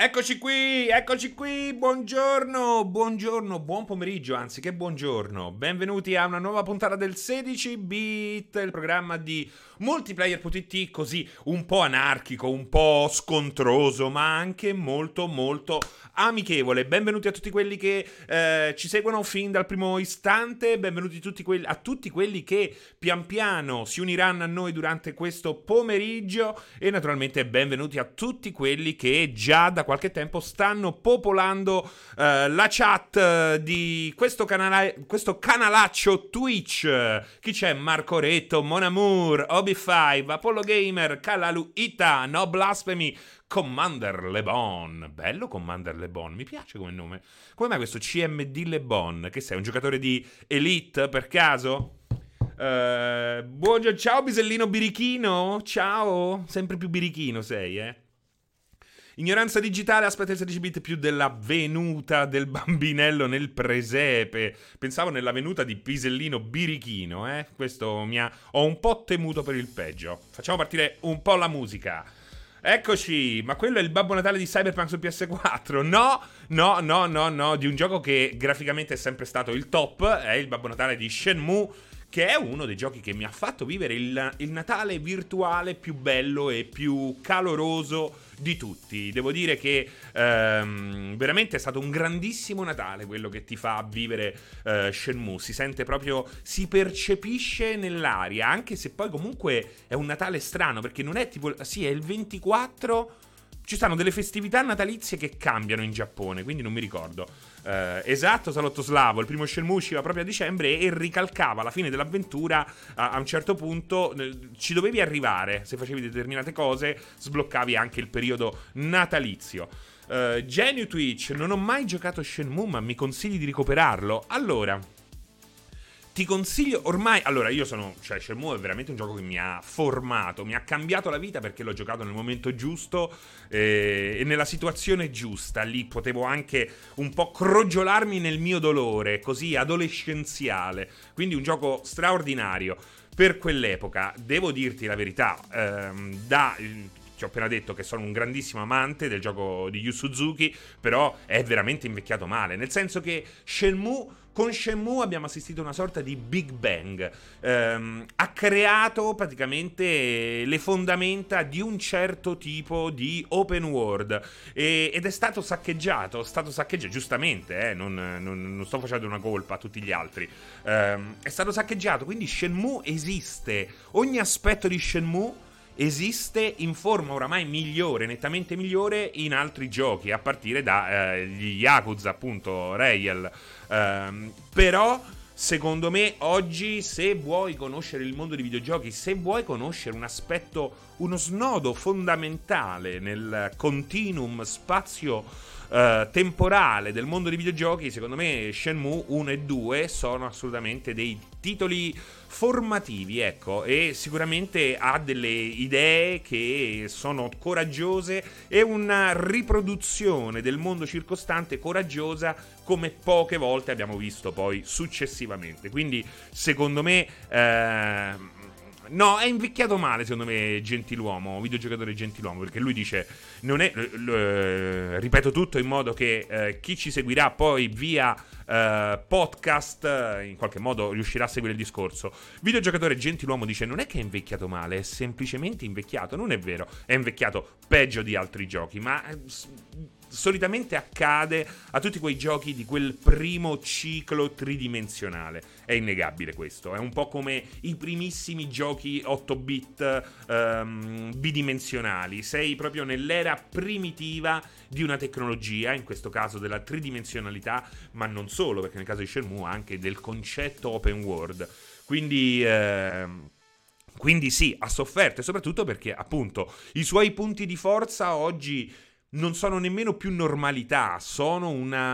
Eccoci qui, buongiorno, buon pomeriggio, anzi che buongiorno. Benvenuti a una nuova puntata del 16-bit, il programma di Multiplayer.it, così un po' anarchico, un po' scontroso, ma anche molto amichevole. Benvenuti a tutti quelli che ci seguono fin dal primo istante, benvenuti a tutti quelli che pian piano si uniranno a noi durante questo pomeriggio e naturalmente benvenuti a tutti quelli che già da qualche tempo stanno popolando la chat di questo canalaccio Twitch. Chi c'è? Marco Retto, Mon Amour, Obi5, Apollo Gamer, Kalalu Ita, No Blasphemy, Commander Le Bon. Bello Commander Le Bon, mi piace come nome. Come mai questo CMD Le Bon? Che sei, un giocatore di Elite per caso? Buongiorno, ciao Bisellino Birichino. Ciao, sempre più birichino sei, Ignoranza digitale, aspetta il 16-bit più della venuta del bambinello nel presepe. Pensavo nella venuta di Pisellino Birichino, Questo ho un po' temuto per il peggio. Facciamo partire un po' la musica. Eccoci, ma quello è il Babbo Natale di Cyberpunk su PS4? No, di un gioco che graficamente è sempre stato il top, è il Babbo Natale di Shenmue, che è uno dei giochi che mi ha fatto vivere il Natale virtuale più bello e più caloroso di tutti. Devo dire che veramente è stato un grandissimo Natale quello che ti fa vivere Shenmue. Si sente proprio, si percepisce nell'aria, anche se poi comunque è un Natale strano, perché non è tipo, sì, è il 24... Ci stanno delle festività natalizie che cambiano in Giappone, quindi non mi ricordo. Esatto, Salotto Slavo, il primo Shenmue usciva proprio a dicembre e ricalcava la fine dell'avventura. A un certo punto ci dovevi arrivare, se facevi determinate cose sbloccavi anche il periodo natalizio. Genio Twitch, non ho mai giocato Shenmue ma mi consigli di recuperarlo? Allora, ti consiglio ormai. Allora, Shenmue è veramente un gioco che mi ha formato, mi ha cambiato la vita perché l'ho giocato nel momento giusto e nella situazione giusta. Lì potevo anche un po' crogiolarmi nel mio dolore, così adolescenziale. Quindi un gioco straordinario per quell'epoca. Devo dirti la verità, ti ho appena detto che sono un grandissimo amante del gioco di Yu Suzuki, però è veramente invecchiato male, nel senso che con Shenmue abbiamo assistito a una sorta di Big Bang. Ha creato praticamente le fondamenta di un certo tipo di open world ed è stato saccheggiato giustamente, non sto facendo una colpa a tutti gli altri. È stato saccheggiato, quindi Shenmue esiste, ogni aspetto di Shenmue esiste in forma oramai migliore, nettamente migliore in altri giochi, a partire dagli Yakuza, appunto, Rail. Però secondo me oggi, se vuoi conoscere il mondo dei videogiochi, se vuoi conoscere un aspetto, uno snodo fondamentale nel continuum spazio temporale del mondo dei videogiochi, secondo me Shenmue 1 e 2 sono assolutamente dei titoli formativi, ecco, e sicuramente ha delle idee che sono coraggiose e una riproduzione del mondo circostante coraggiosa come poche volte abbiamo visto poi successivamente. Quindi secondo me no, è invecchiato male, secondo me, Gentiluomo, videogiocatore Gentiluomo, perché lui dice, non è, ripeto tutto in modo che chi ci seguirà poi via podcast in qualche modo riuscirà a seguire il discorso. Videogiocatore Gentiluomo dice, non è che è invecchiato male, è semplicemente invecchiato. Non è vero, è invecchiato peggio di altri giochi, ma solitamente accade a tutti quei giochi di quel primo ciclo tridimensionale. È innegabile questo. È un po' come i primissimi giochi 8-bit bidimensionali. Sei proprio nell'era primitiva di una tecnologia, in questo caso della tridimensionalità, ma non solo, perché nel caso di Shenmue anche del concetto open world. Quindi sì, ha sofferto, e soprattutto perché appunto i suoi punti di forza oggi non sono nemmeno più normalità, sono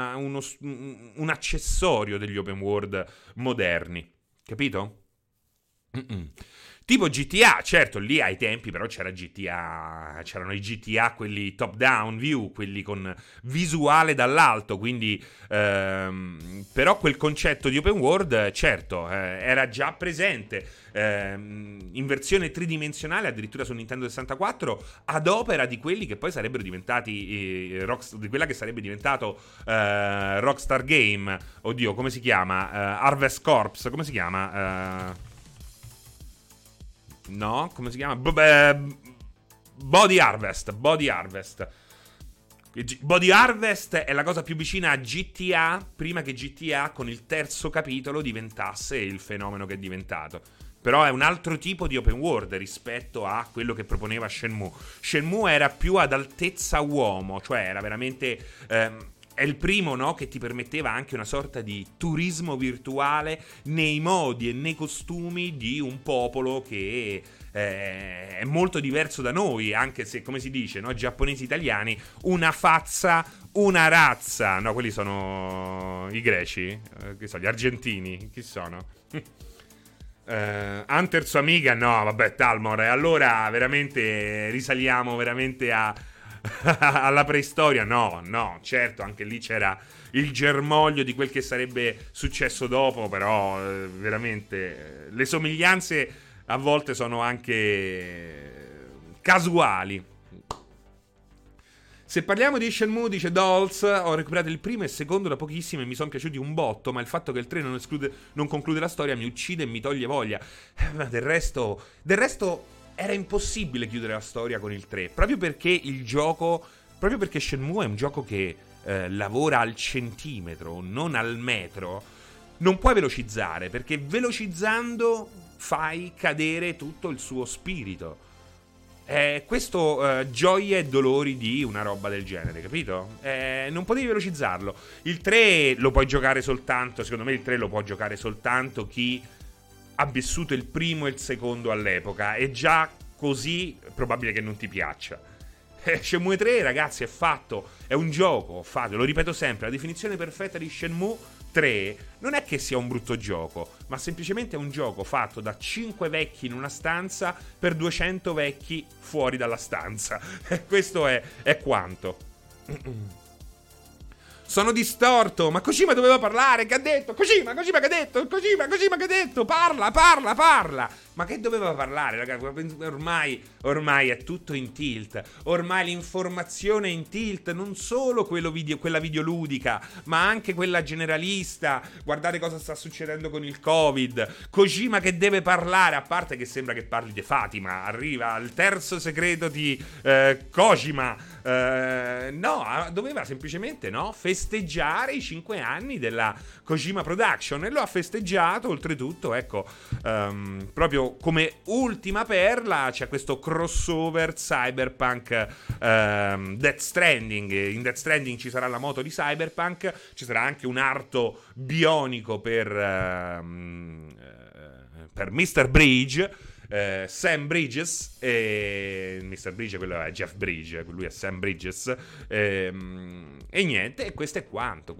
un accessorio degli open world moderni. Capito? Mm-mm. Tipo GTA, certo, lì ai tempi però c'era GTA, c'erano i GTA, quelli top down view, quelli con visuale dall'alto, quindi però quel concetto di open world, certo, era già presente in versione tridimensionale addirittura su Nintendo 64 ad opera di quelli che poi sarebbero diventati di quella che sarebbe diventato Rockstar Game. Oddio, come si chiama? Harvest Corps, come si chiama? No, come si chiama? Body Harvest. Body Harvest. Body Harvest è la cosa più vicina a GTA prima che GTA con il terzo capitolo diventasse il fenomeno che è diventato. Però è un altro tipo di open world rispetto a quello che proponeva Shenmue. Shenmue era più ad altezza uomo, cioè era veramente... è il primo, no, che ti permetteva anche una sorta di turismo virtuale nei modi e nei costumi di un popolo che è molto diverso da noi, anche se, come si dice, no, giapponesi italiani, una fazza, una razza. No, quelli sono i greci, che sono gli argentini, chi sono? Hunter sua amiga, no, vabbè, Talmor. Allora veramente risaliamo veramente alla preistoria. No, certo, anche lì c'era il germoglio di quel che sarebbe successo dopo, però veramente le somiglianze a volte sono anche casuali. Se parliamo di Shenmue, dice Dolls, ho recuperato il primo e il secondo da pochissimo e mi sono piaciuti un botto, ma il fatto che il 3 non conclude la storia mi uccide e mi toglie voglia. Ma del resto era impossibile chiudere la storia con il 3, proprio perché Shenmue è un gioco che lavora al centimetro, non al metro. Non puoi velocizzare, perché velocizzando fai cadere tutto il suo spirito. Questo gioie e dolori di una roba del genere, capito? Non potevi velocizzarlo. Il 3 lo puoi giocare soltanto, secondo me il 3 lo può giocare soltanto chi ha vissuto il primo e il secondo all'epoca, e già così è probabile che non ti piaccia. Shenmue 3, ragazzi, è fatto, è un gioco fatto, lo ripeto sempre, la definizione perfetta di Shenmue 3 non è che sia un brutto gioco, ma semplicemente è un gioco fatto da 5 vecchi in una stanza per 200 vecchi fuori dalla stanza. Questo è quanto. Sono distorto, ma Kojima doveva parlare, che ha detto? Kojima che ha detto? Kojima che ha detto? Parla! Ma che doveva parlare, ragazzi? Ormai è tutto in tilt. Ormai l'informazione è in tilt, non solo quella videoludica, ma anche quella generalista. Guardate cosa sta succedendo con il Covid. Kojima che deve parlare, a parte che sembra che parli di Fatima. Arriva il terzo segreto di Kojima. No, doveva semplicemente, no, festeggiare i 5 anni della Kojima Production, e lo ha festeggiato. Oltretutto, ecco, proprio come ultima perla c'è questo crossover Cyberpunk Death Stranding. In Death Stranding ci sarà la moto di Cyberpunk, ci sarà anche un arto bionico per Mr. Bridge, Sam Bridges, e Mr. Bridge, quello è Jeff Bridge, lui è Sam Bridges, e niente, e questo è quanto.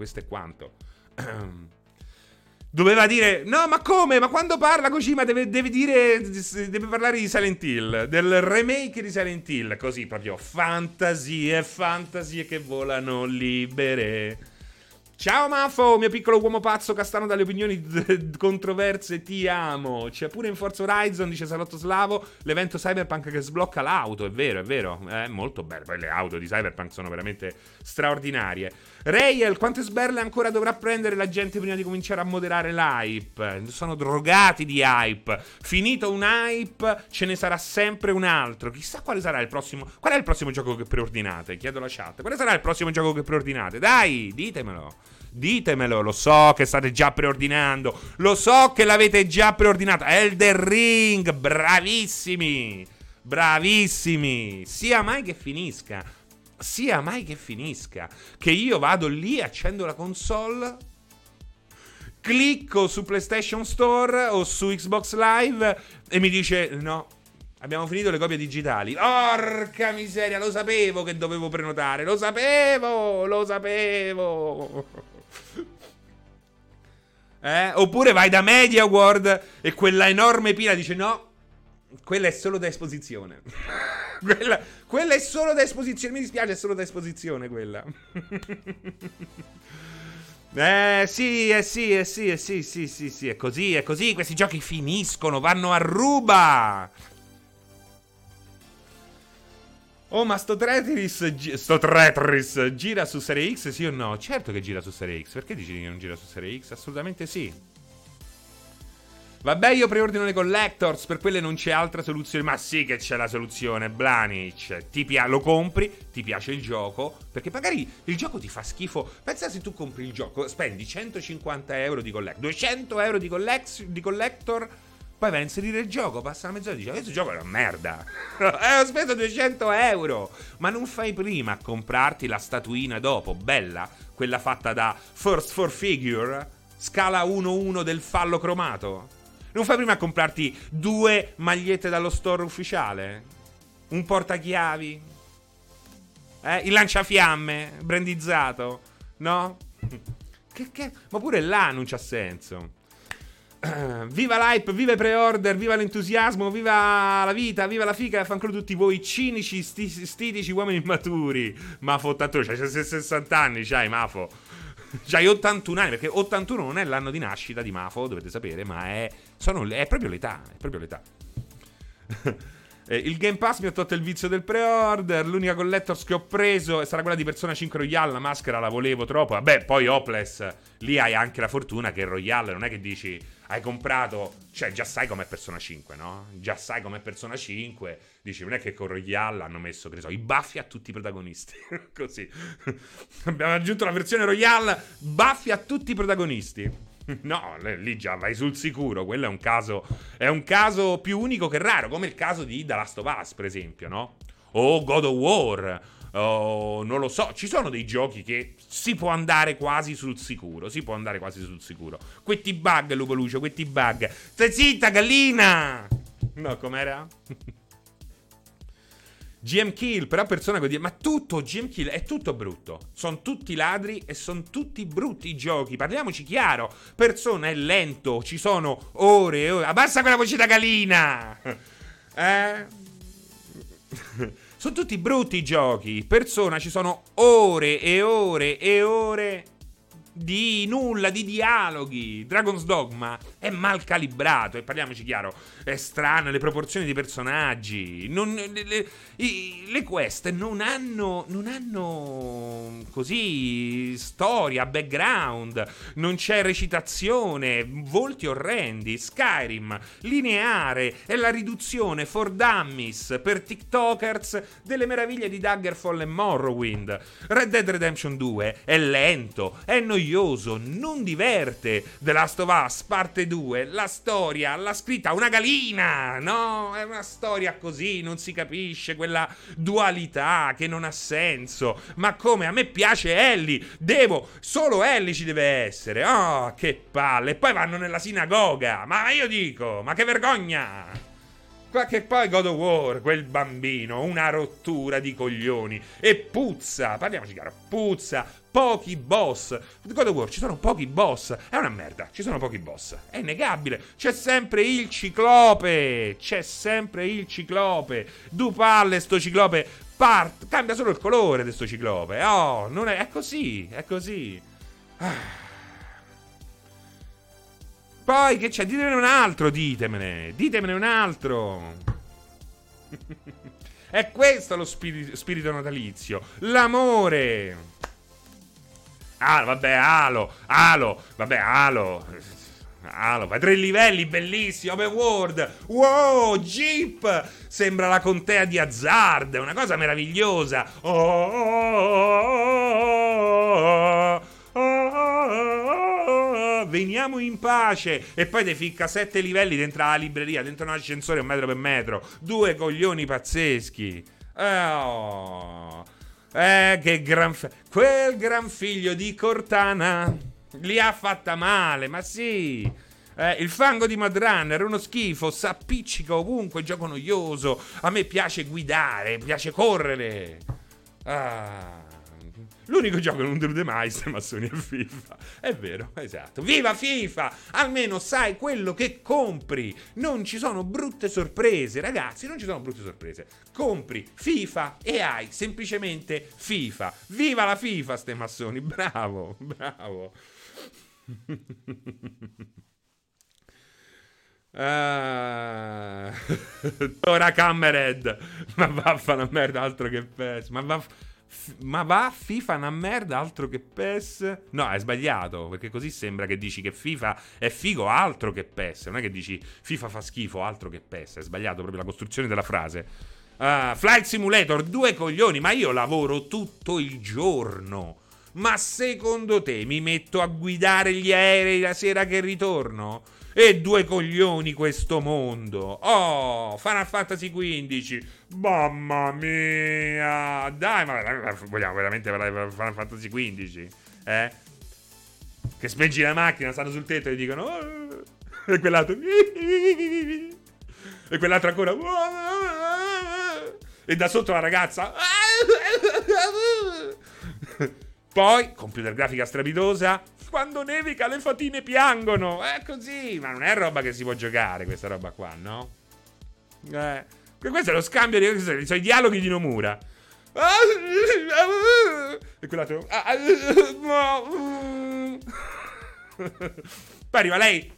Doveva dire, no, ma come? Ma quando parla Kojima deve parlare di Silent Hill, del remake di Silent Hill, così proprio fantasie che volano libere. Ciao Mafo, mio piccolo uomo pazzo castano dalle opinioni controverse, ti amo. C'è pure in Forza Horizon, dice Salotto Slavo, l'evento Cyberpunk che sblocca l'auto. È vero, è molto bello. Poi le auto di Cyberpunk sono veramente straordinarie. Rayel, quante sberle ancora dovrà prendere la gente prima di cominciare a moderare l'hype? Sono drogati di hype. Finito un hype, ce ne sarà sempre un altro. Chissà quale sarà il prossimo. Qual è il prossimo gioco che preordinate? Chiedo alla chat. Quale sarà il prossimo gioco che preordinate? Dai, ditemelo, lo so che state già preordinando, lo so che l'avete già preordinato. Elden Ring, bravissimi, sia mai che finisca, che io vado lì, accendo la console, clicco su PlayStation Store o su Xbox Live e mi dice no, abbiamo finito le copie digitali. Porca miseria, lo sapevo che dovevo prenotare, lo sapevo. Oppure vai da MediaWorld e quella enorme pila dice no, Quella è solo da esposizione. quella è solo da esposizione. Mi dispiace, è solo da esposizione quella. Sì, è così. Questi giochi finiscono, vanno a ruba. Oh, ma sto Tetris gira su Serie X, sì o no? Certo che gira su Serie X. Perché dici che non gira su Serie X? Assolutamente sì. Vabbè, io preordino le collectors, per quelle non c'è altra soluzione. Ma sì che c'è la soluzione, Blanic. Lo compri, ti piace il gioco, perché magari il gioco ti fa schifo. Pensa se tu compri il gioco, spendi 150 euro di collector, 200 euro di collector, poi vai a inserire il gioco, passa una mezz'ora e dici, questo gioco è una merda. Ho speso 200 euro. Ma non fai prima a comprarti la statuina dopo, bella, quella fatta da First Four Figure, scala 1-1 del fallo cromato? Non fai prima a comprarti 2 magliette dallo store ufficiale? Un portachiavi? Il lanciafiamme brandizzato? No? Ma pure là non c'ha senso. Viva l'hype, viva i pre-order, viva l'entusiasmo, viva la vita, viva la figa, fanculo tutti voi cinici, stitici uomini immaturi. Mafo 81, c'hai 60 anni, c'hai Mafo. C'hai 81 anni, perché 81 non è l'anno di nascita di Mafo, dovete sapere, ma è proprio l'età, è proprio l'età. Il Game Pass mi ha tolto il vizio del pre-order. L'unica collectors che ho preso sarà quella di Persona 5 Royale. La maschera la volevo troppo. Vabbè, poi Hopeless, lì hai anche la fortuna che Royale non è che dici hai comprato, cioè già sai com'è Persona 5, no? Già sai com'è Persona 5. Dici, non è che con Royale hanno messo, che ne so, i baffi a tutti i protagonisti. Così. Abbiamo aggiunto la versione Royale, baffi a tutti i protagonisti. No, lì già vai sul sicuro. Quello è un caso più unico che raro, come il caso di The Last of Us, per esempio, no? O God of War, o non lo so. Ci sono dei giochi che si può andare quasi sul sicuro. Questi bug, Lupo Lucio, questi bug. Stai zitta, gallina! No, com'era? GM Kill, però Persona godì. Ma tutto GM Kill è tutto brutto. Sono tutti ladri e sono tutti brutti i giochi. Parliamoci chiaro. Persona è lento. Ci sono ore e ore. Abbassa quella voce da galina. Sono tutti brutti i giochi. Persona ci sono ore e ore e ore di nulla, di dialoghi. Dragon's Dogma è mal calibrato, e parliamoci chiaro, è strano, le proporzioni dei personaggi, le quest non hanno così storia, background, non c'è recitazione, volti orrendi. Skyrim lineare, è la riduzione for dummies per tiktokers delle meraviglie di Daggerfall e Morrowind. Red Dead Redemption 2 è lento, è noioso, non diverte. The Last of Us parte 2, la storia l'ha scritta una galina, no? È una storia così, non si capisce, quella dualità che non ha senso. Ma come? A me piace Ellie, solo Ellie ci deve essere. Oh, che palle. E poi vanno nella sinagoga, ma io dico, ma che vergogna. Che poi God of War, quel bambino, una rottura di coglioni. E puzza, parliamoci chiaro, puzza. Pochi boss. God of War ci sono pochi boss. È una merda, ci sono pochi boss. È innegabile. C'è sempre il ciclope. Due palle sto ciclope. Cambia solo il colore di sto ciclope. Oh, non è così. Poi che c'è? Ditemene un altro, ditemene un altro. È questo lo spirito natalizio, l'amore. Vabbè, Halo, vai 3 livelli, bellissimo, open world. Wow, Jeep, sembra la contea di Hazard, una cosa meravigliosa. Veniamo in pace. E poi ti ficca 7 livelli dentro la libreria, dentro un ascensore 1 metro per metro. 2 coglioni pazzeschi. Che quel gran figlio di Cortana li ha fatta male, ma sì. Il fango di Mad Runner è uno schifo, s'appiccica ovunque, gioco noioso. A me piace guidare, piace correre. L'unico gioco che non delude mai, ste massoni, è FIFA. È vero, esatto. Viva FIFA! Almeno sai quello che compri. Non ci sono brutte sorprese, ragazzi, non ci sono brutte sorprese. Compri FIFA e hai semplicemente FIFA. Viva la FIFA, ste massoni, bravo, bravo. Ora Cammered. Ma vaffa una merda, altro che PES. Ma va FIFA una merda, altro che PES. No, è sbagliato, perché così sembra che dici che FIFA è figo, altro che PES. Non è che dici FIFA fa schifo, altro che PES. È sbagliato proprio la costruzione della frase. Flight Simulator, 2 coglioni. Ma io lavoro tutto il giorno. Ma secondo te mi metto a guidare gli aerei la sera che ritorno? E 2 coglioni questo mondo. Oh, Final Fantasy XV. Mamma mia. Dai, ma vogliamo veramente parlare di Final Fantasy XV? Che speggi la macchina, stanno sul tetto e dicono oh! E quell'altro e quell'altro ancora e da sotto la ragazza. Poi, computer grafica strepitosa. Quando nevica le fatine piangono. È così. Ma non è roba che si può giocare, questa roba qua, no? Questo è lo scambio di... Sono i dialoghi di Nomura. E quell'altro... Poi arriva lei.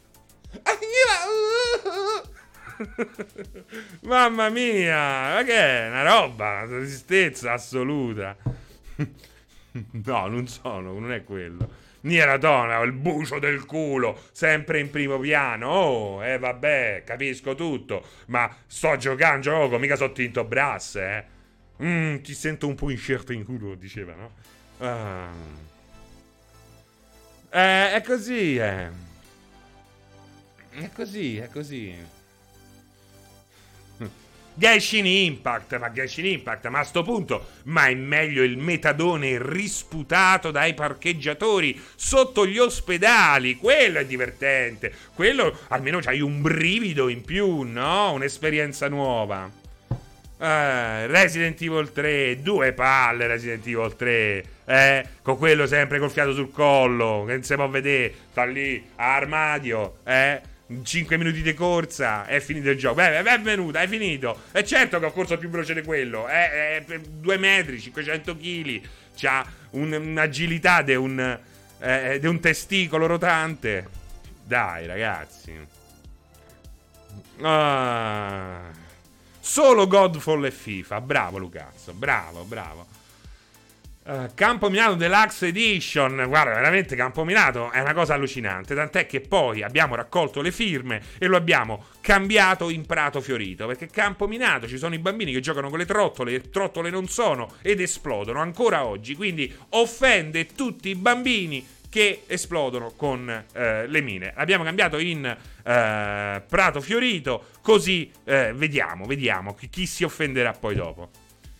Mamma mia. Ma che è? Una roba. Una tristezza assoluta. No, non è quello. Nier Automata, il bucio del culo, sempre in primo piano. Oh, vabbè, capisco tutto. Ma sto giocando gioco, mica so Tinto Brass, ti sento un po' incerto in culo, diceva, no? È così, È così, è così. Genshin Impact, ma a sto punto, ma è meglio il metadone risputato dai parcheggiatori sotto gli ospedali. Quello è divertente. Quello almeno c'hai un brivido in più, no? Un'esperienza nuova. Resident Evil 3, 2 palle Resident Evil 3, con quello sempre col fiato sul collo, che non si può vedere, sta lì, armadio, 5 minuti di corsa, è finito il gioco. Benvenuta, è finito. E certo che ho corso più veloce di quello. 2 metri, 500 kg. C'ha un'agilità di un testicolo rotante. Dai, ragazzi. Solo Godfall e FIFA. Bravo, Lucazzo. Bravo. Campo Minato Deluxe Edition. Guarda, veramente Campo Minato è una cosa allucinante. Tant'è che poi abbiamo raccolto le firme e lo abbiamo cambiato in Prato Fiorito. Perché Campo Minato ci sono i bambini che giocano con le trottole non sono ed esplodono ancora oggi. Quindi offende tutti i bambini che esplodono con le mine. L'abbiamo cambiato in Prato Fiorito. Così vediamo chi si offenderà poi dopo.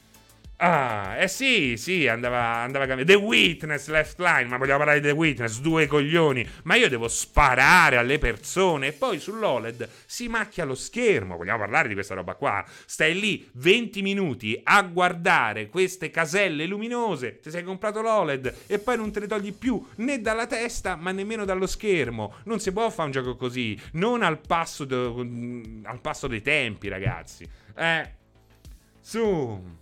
Sì, andava cambiato. The Witness, Left Line. Ma vogliamo parlare di The Witness? 2 coglioni. Ma io devo sparare alle persone e poi sull'OLED si macchia lo schermo. Vogliamo parlare di questa roba qua? Stai lì 20 minuti a guardare queste caselle luminose. Ti sei comprato l'OLED e poi non te ne togli più né dalla testa ma nemmeno dallo schermo. Non si può fare un gioco così. Non al passo dei tempi, ragazzi. Su...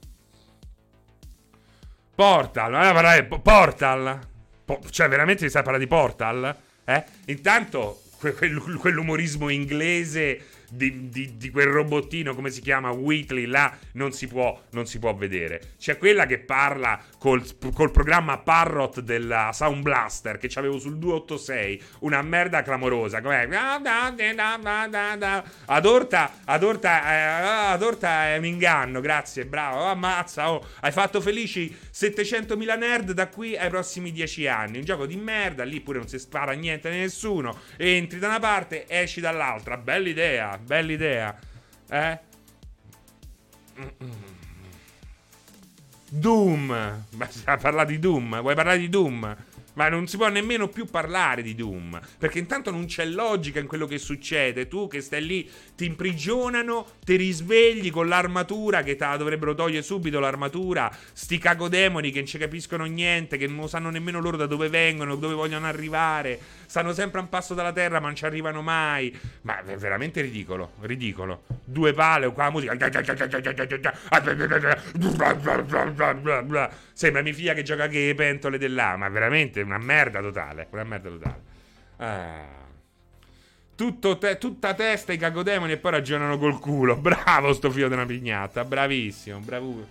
Portal. Cioè, veramente si sta parlando di Portal? Intanto, quell'umorismo inglese di quel robottino, come si chiama, Wheatley, là non si può vedere. C'è quella che parla col programma Parrot della Sound Blaster che c'avevo sul 286, una merda clamorosa. Com'è? Adorta mi inganno, grazie, bravo, ammazza, hai fatto felici 700.000 nerd da qui ai prossimi 10 anni. Un gioco di merda, lì pure non si spara niente a nessuno, entri da una parte, esci dall'altra. Bella idea. Doom. Ma si parla di Doom. Vuoi parlare di Doom? Ma non si può nemmeno più parlare di Doom, perché intanto non c'è logica in quello che succede. Tu che stai lì, ti imprigionano, ti risvegli con l'armatura, che te la dovrebbero togliere subito l'armatura. Sti cagodemoni che non ci capiscono niente, che non sanno nemmeno loro da dove vengono, dove vogliono arrivare. Stanno sempre a un passo dalla terra, ma non ci arrivano mai. Ma è veramente ridicolo, ridicolo. Due pale, qua la musica. Sembra mia figlia che gioca che le pentole dell'A, ma veramente una merda totale. Una merda totale. Tutta testa i cagodemoni e poi ragionano col culo. Bravo sto figlio della pignatta. Bravissimo, bravuro.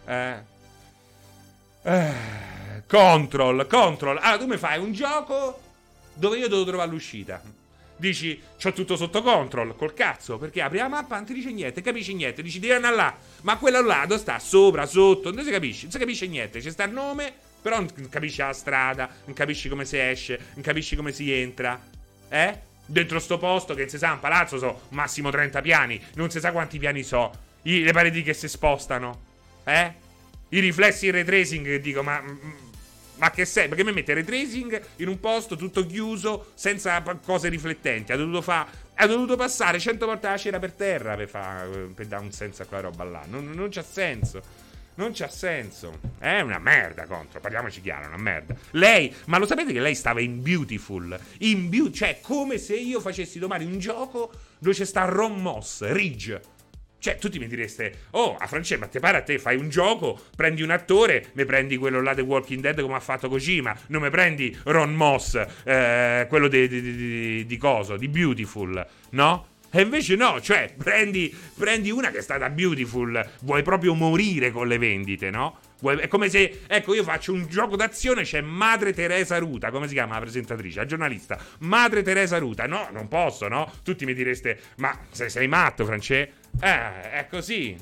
Control. Allora tu mi fai un gioco dove io devo trovare l'uscita. Dici, c'ho tutto sotto control, col cazzo, perché apri la mappa, non ti dice niente, capisci niente, dici devi andare là, ma quello là dove sta, sopra, sotto, non si capisce niente, c'è sta il nome, però non capisci la strada, non capisci come si esce, non capisci come si entra, dentro sto posto che non si sa, un palazzo so massimo 30 piani, non si sa quanti piani so, le pareti che si spostano, i riflessi in ray tracing che dico, ma che sei? Perché mi mette ray tracing in un posto tutto chiuso, senza cose riflettenti. Ha dovuto passare 100 volte la cera per terra per dare un senso a quella roba là. Non c'ha senso. Non c'ha senso. È una merda, Contro. Parliamoci chiaro, una merda. Lei, ma lo sapete che lei stava in Beautiful? Cioè, come se io facessi domani un gioco dove c'è sta Ron Moss, Ridge. Cioè, tutti mi direste, a Francesco, ma te pare a te, fai un gioco, prendi un attore, mi prendi quello là The Walking Dead come ha fatto Kojima, non mi prendi Ron Moss, quello di coso, di Beautiful, no? E invece no, cioè, prendi una che è stata Beautiful, vuoi proprio morire con le vendite, no? È come se, ecco, io faccio un gioco d'azione, c'è Madre Teresa Ruta, come si chiama la presentatrice, la giornalista, Madre Teresa Ruta, no, non posso, no? Tutti mi direste, ma sei matto, Francesco? È così.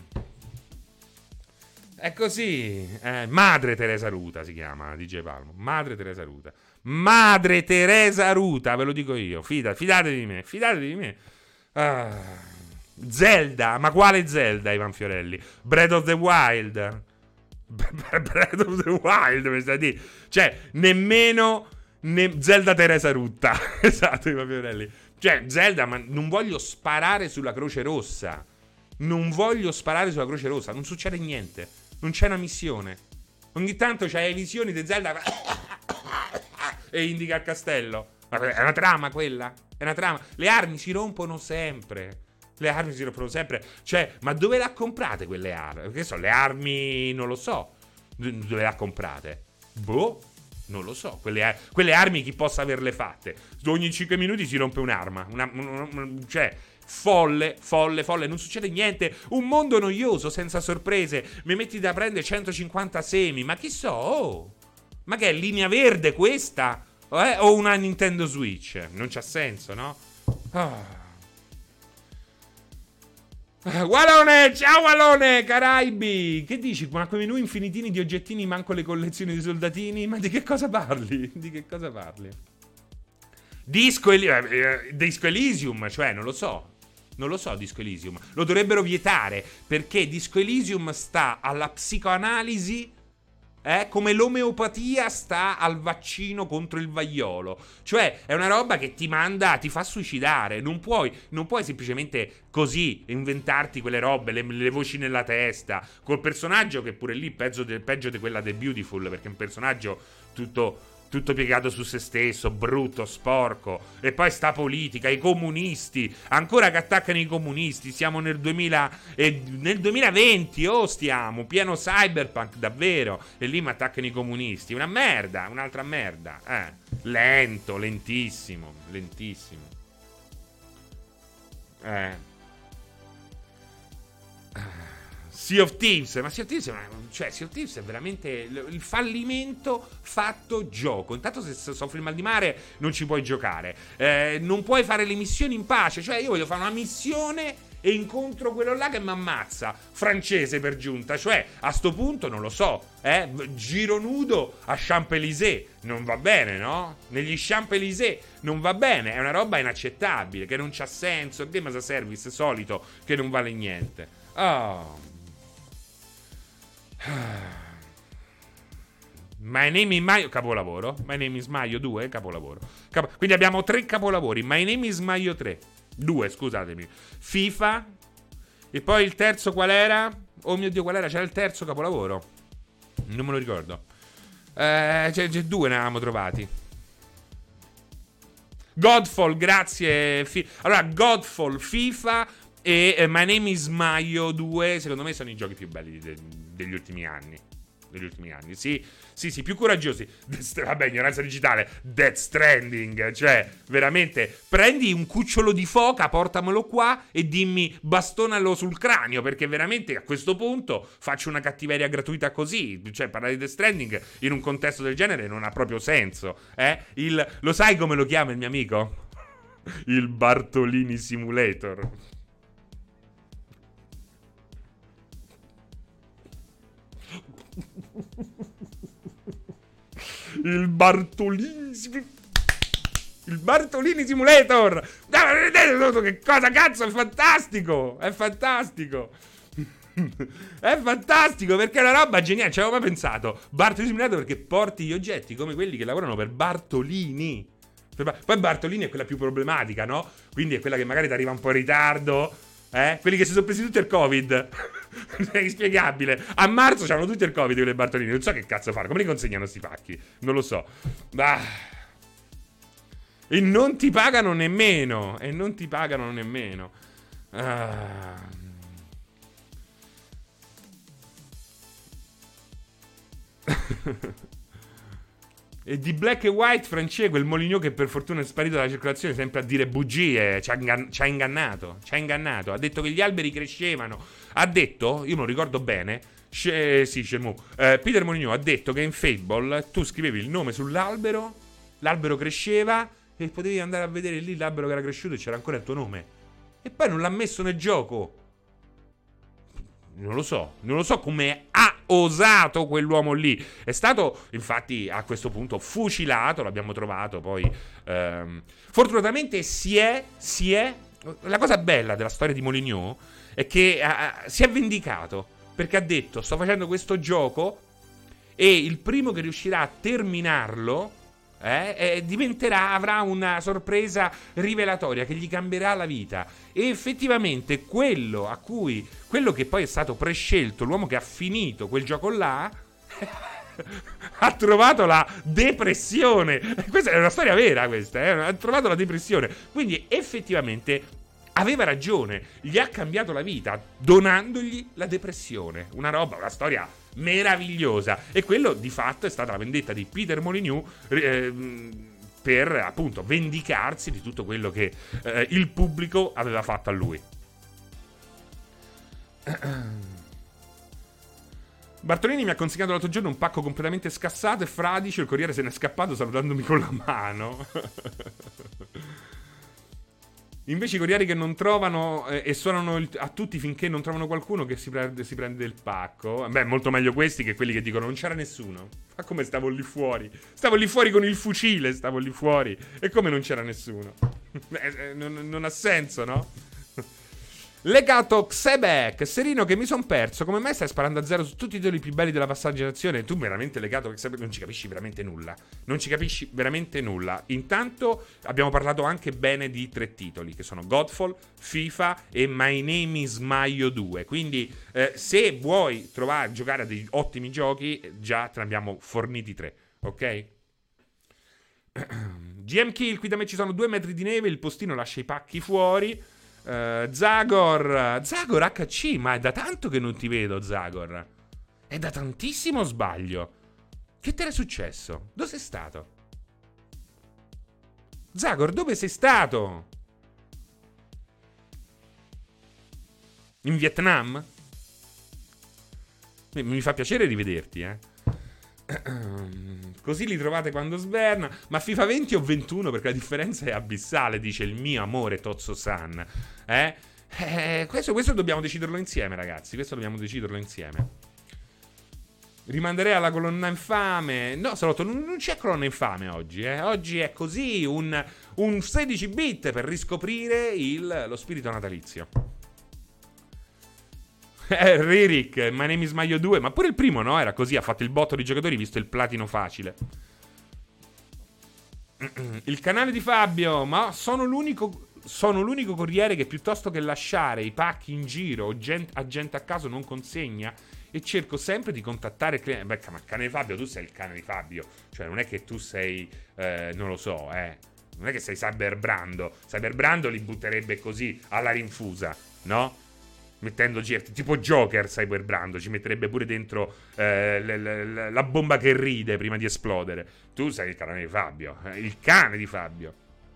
È così. Madre Teresa Ruta si chiama, DJ Palmo. Madre Teresa Ruta. Madre Teresa Ruta, ve lo dico io. Fidate di me. Fidate di me. Zelda. Ma quale Zelda, Ivan Fiorelli? Breath of the Wild. Breath of the Wild, mi sta a dire. Cioè, nemmeno Zelda Teresa Ruta. Esatto, Ivan Fiorelli. Cioè, Zelda, ma non voglio sparare sulla Croce Rossa. Non voglio sparare sulla Croce Rossa. Non succede niente. Non c'è una missione. Ogni tanto c'hai le visioni di Zelda e indica il castello. Ma è una trama quella? È una trama. Le armi si rompono sempre. Le armi si rompono sempre. Cioè, ma dove le ha comprate quelle armi? Perché so, le armi non lo so. Dove le ha comprate? Boh. Non lo so, quelle armi chi possa averle fatte? Ogni 5 minuti si rompe un'arma. Cioè, folle. Non succede niente. Un mondo noioso, senza sorprese. Mi metti da prendere 150 semi. Ma chi so? Ma che è linea verde questa? O una Nintendo Switch? Non c'ha senso, no? Walone, ciao Walone, Caraibi. Che dici? Ma quei menù infinitini di oggettini, manco le collezioni di soldatini? Ma di che cosa parli? Di che cosa parli? Disco Elysium, cioè non lo so. Non lo so, Disco Elysium. Lo dovrebbero vietare, perché Disco Elysium sta alla psicoanalisi, come l'omeopatia sta al vaccino contro il vaiolo. Cioè, è una roba che ti fa suicidare. Non puoi semplicemente così inventarti quelle robe, le voci nella testa, col personaggio che pure lì peggio di quella del Beautiful, perché è un personaggio tutto piegato su se stesso, brutto, sporco. E poi sta politica, i comunisti, ancora che attaccano i comunisti. Siamo nel 2020, stiamo pieno cyberpunk davvero. E lì mi attaccano i comunisti. Una merda, un'altra merda. Lentissimo. Sea of Thieves, ma Sea of Thieves è veramente il fallimento fatto gioco. Intanto se soffri il mal di mare non ci puoi giocare, non puoi fare le missioni in pace. Cioè io voglio fare una missione e incontro quello là che mi ammazza, francese per giunta. Cioè a sto punto non lo so, giro nudo a Champs-Élysées non va bene, no? Negli Champs-Élysées non va bene. È una roba inaccettabile, che non c'ha senso. È game as a service solito che non vale niente. My Name is Maio, capolavoro. My Name is Maio 2, capolavoro. Quindi abbiamo 3 capolavori. My Name is Maio 3. 2, scusatemi. FIFA. E poi il terzo qual era? Oh mio Dio, qual era? C'era il terzo capolavoro. Non me lo ricordo. C'è 2 ne avevamo trovati. Godfall, grazie. Allora, Godfall, FIFA e My Name is Maio 2, secondo me sono i giochi più belli degli ultimi anni. Sì, più coraggiosi. Vabbè, ignoranza digitale. Death Stranding. Cioè, veramente, prendi un cucciolo di foca, portamelo qua e dimmi bastonalo sul cranio, perché veramente a questo punto faccio una cattiveria gratuita così. Cioè, parlare di Death Stranding in un contesto del genere non ha proprio senso. Lo sai come lo chiama il mio amico? Il Bartolini Simulator. Il Bartolini Simulator. Che cosa cazzo, è fantastico. È fantastico perché è una roba geniale. Ci avevo mai pensato. Bartolini Simulator, perché porti gli oggetti come quelli che lavorano per Bartolini. Poi Bartolini è quella più problematica, no? Quindi è quella che magari ti arriva un po' in ritardo. Quelli che si sono presi tutto il Covid. È inspiegabile. A marzo c'hanno tutti il Covid quelle Bartolini. Non so che cazzo fare. Come li consegnano sti pacchi? Non lo so. E non ti pagano nemmeno. E di Black e White, Francesco, il Molineux che per fortuna è sparito dalla circolazione, sempre a dire bugie, ci ha ingannato. Ha detto che gli alberi crescevano. Ha detto, io me lo ricordo bene, Peter Molineux ha detto che in Fable tu scrivevi il nome sull'albero, l'albero cresceva e potevi andare a vedere lì l'albero che era cresciuto e c'era ancora il tuo nome. E poi non l'ha messo nel gioco. Non lo so come ha osato quell'uomo lì. È stato, infatti, a questo punto fucilato. L'abbiamo trovato poi. Fortunatamente si è. La cosa bella della storia di Molineux è che si è vendicato. Perché ha detto: sto facendo questo gioco e il primo che riuscirà a terminarlo avrà una sorpresa rivelatoria che gli cambierà la vita. E effettivamente quello che poi è stato prescelto, l'uomo che ha finito quel gioco là ha trovato la depressione. Questa è una storia vera, questa, ha trovato la depressione. Quindi effettivamente aveva ragione, gli ha cambiato la vita donandogli la depressione. Una storia meravigliosa. E quello di fatto è stata la vendetta di Peter Molineux per appunto vendicarsi di tutto quello che il pubblico aveva fatto a lui. Bartolini mi ha consegnato l'altro giorno un pacco completamente scassato e fradicio. Il corriere se n'è scappato salutandomi con la mano. Invece i corrieri che non trovano e suonano a tutti finché non trovano qualcuno che si prende il pacco. Beh, molto meglio questi che quelli che dicono non c'era nessuno. Ma come stavo lì fuori? Stavo lì fuori con il fucile, stavo lì fuori. E come non c'era nessuno? Non ha senso, no? Legato Xebec, Serino che mi son perso. Come mai stai sparando a zero su tutti i titoli più belli della passata generazione? Tu veramente Legato Xebec non ci capisci veramente nulla. Intanto abbiamo parlato anche bene di 3 titoli che sono Godfall, FIFA e My Name is Maio 2. Quindi se vuoi giocare a degli ottimi giochi, già te ne abbiamo forniti 3, ok? GM Kill, qui da me ci sono 2 metri di neve, il postino lascia i pacchi fuori. Zagor HC, ma è da tanto che non ti vedo, Zagor. È da tantissimo sbaglio. Che te è successo? Dove sei stato? Zagor, dove sei stato? In Vietnam? Mi fa piacere rivederti, Così li trovate quando sberna. Ma FIFA 20 o 21? Perché la differenza è abissale, dice il mio amore Tozzo-san. Questo dobbiamo deciderlo insieme, ragazzi. Rimanderei alla colonna infame. No, Salotto, non c'è colonna infame oggi, Oggi è così un 16 bit per riscoprire lo spirito natalizio. Ririk, My Name is Mario 2. Ma pure il primo, no? Era così, ha fatto il botto di giocatori visto il platino facile. Il canale di Fabio. Ma sono l'unico corriere che piuttosto che lasciare i pacchi in giro o a gente a caso non consegna. E cerco sempre di contattare il cliente. Beh, ma cane di Fabio, tu sei il cane di Fabio. Cioè non è che tu sei, non lo so, non è che sei Cyberbrando. Cyberbrando li butterebbe così alla rinfusa, no? Mettendoci tipo Joker. Cyberbrando ci metterebbe pure dentro la bomba che ride prima di esplodere. Tu sei il cane di Fabio, il cane di Fabio.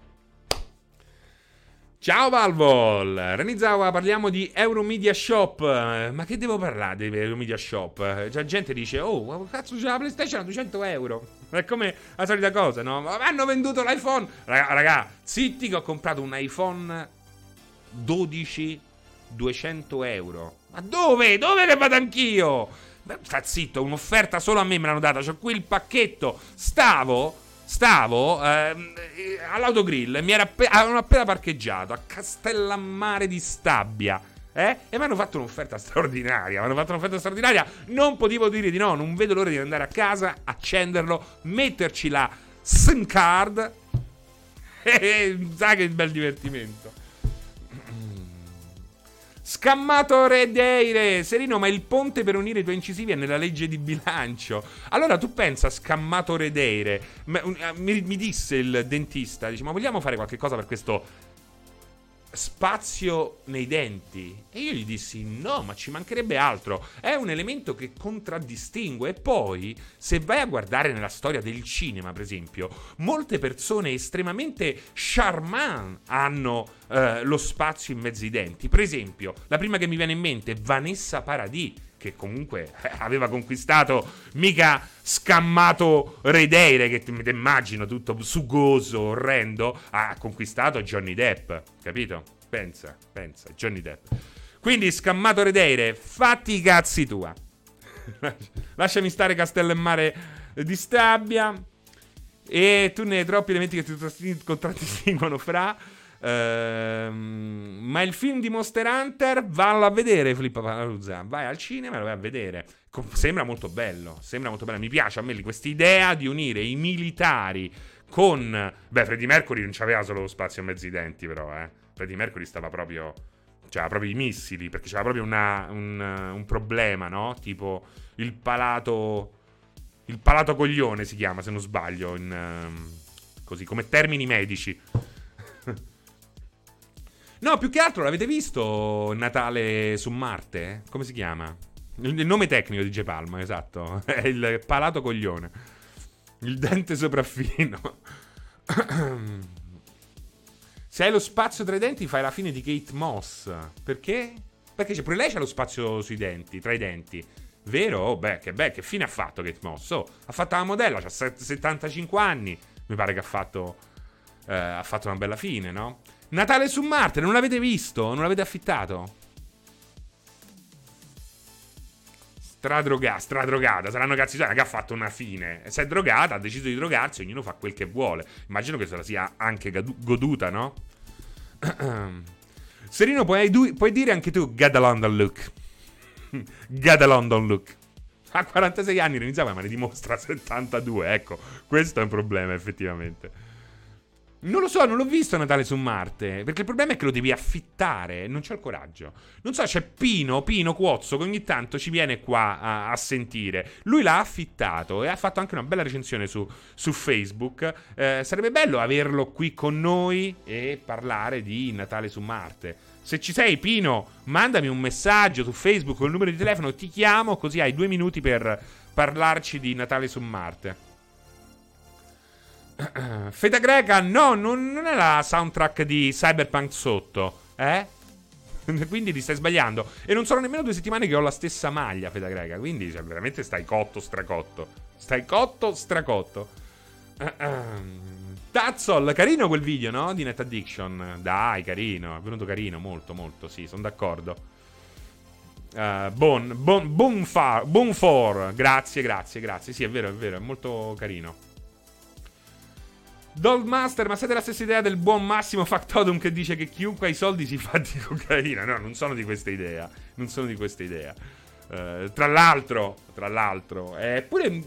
Ciao Valvol, Renizawa, parliamo di Euromedia Shop. Ma che devo parlare di Euromedia Shop? Già gente dice, oh, cazzo c'è la PlayStation a 200 euro. È come la solita cosa, no? Ma hanno venduto l'iPhone. Raga, zitti che ho comprato un iPhone 12 200 euro. Ma dove? Dove che vado anch'io? Sta zitto, un'offerta solo a me me l'hanno data. C'ho qui il pacchetto. Stavo all'autogrill, avevano appena parcheggiato a Castellammare di Stabia, e mi hanno fatto un'offerta straordinaria. Non potevo dire di no. Non vedo l'ora di andare a casa, accenderlo, metterci la SIM card e sai che bel divertimento. Scammato Redeire, Serino, ma il ponte per unire i tuoi incisivi è nella legge di bilancio. Allora tu pensa, Scammato Redeire, mi disse il dentista, dice, ma vogliamo fare qualche cosa per questo spazio nei denti? E io gli dissi, no, ma ci mancherebbe altro. È un elemento che contraddistingue. E poi, se vai a guardare nella storia del cinema, per esempio, molte persone estremamente charmant hanno lo spazio in mezzo ai denti. Per esempio, la prima che mi viene in mente è Vanessa Paradis, che comunque aveva conquistato, mica Scammato Redeire, che ti immagino tutto sugoso, orrendo, ha conquistato Johnny Depp, capito? Pensa, Johnny Depp. Quindi Scammato Redeire, fatti i cazzi tua. Lasciami stare Castellammare di Stabia. E tu ne hai troppi elementi che ti contraddistinguono fra... ma il film di Monster Hunter, vallo a vedere, Filippo Paluzza. Vai al cinema e lo vai a vedere. Sembra molto bello. Mi piace a me questa idea di unire i militari con... Beh, Freddie Mercury non c'aveva solo lo spazio a mezzo i denti, però, Freddie Mercury stava proprio... c'aveva proprio i missili, perché c'era proprio un problema, no? Tipo il palato coglione si chiama, se non sbaglio, così, come termini medici. No, più che altro l'avete visto Natale su Marte? Come si chiama? Il nome tecnico di J Palma, esatto. È il palato coglione. Il dente sopraffino. Se hai lo spazio tra i denti fai la fine di Kate Moss. Perché? Perché pure lei c'ha lo spazio sui denti, tra i denti. Vero? Oh, che fine ha fatto Kate Moss? Oh, ha fatto la modella, ha 75 anni. Mi pare che ha fatto una bella fine, no? Natale su Marte, non l'avete visto? Non l'avete affittato? Stradrogata. Saranno cazzi suoi, che ha fatto una fine. Si è drogata, ha deciso di drogarsi, ognuno fa quel che vuole. Immagino che se la sia anche goduta, no? Serino, puoi dire anche tu Get a London look. Get a London look. A 46 anni iniziava, ma ne dimostra 72. Ecco, questo è un problema effettivamente. Non lo so, non l'ho visto Natale su Marte. Perché il problema è che lo devi affittare. Non c'ho il coraggio. Non so, c'è Pino Cuozzo, che ogni tanto ci viene qua a sentire. Lui l'ha affittato e ha fatto anche una bella recensione su Facebook. Sarebbe bello averlo qui con noi e parlare di Natale su Marte. Se ci sei, Pino, mandami un messaggio su Facebook con il numero di telefono, ti chiamo, così hai 2 minuti per parlarci di Natale su Marte. Feta greca, no, non è la soundtrack di Cyberpunk sotto, quindi ti stai sbagliando. E non sono nemmeno 2 settimane che ho la stessa maglia, Feta greca. Quindi veramente stai cotto stracotto. Tazzol, carino quel video, no? Di Net Addiction. Dai, carino, è venuto carino, molto, molto, sì, sono d'accordo. Boom 4, grazie, sì, è vero, è molto carino. Dollmaster, ma siete la stessa idea del buon Massimo Factotum che dice che chiunque ha i soldi si fa di cocaina? No, non sono di questa idea. Non sono di questa idea. Tra l'altro, pure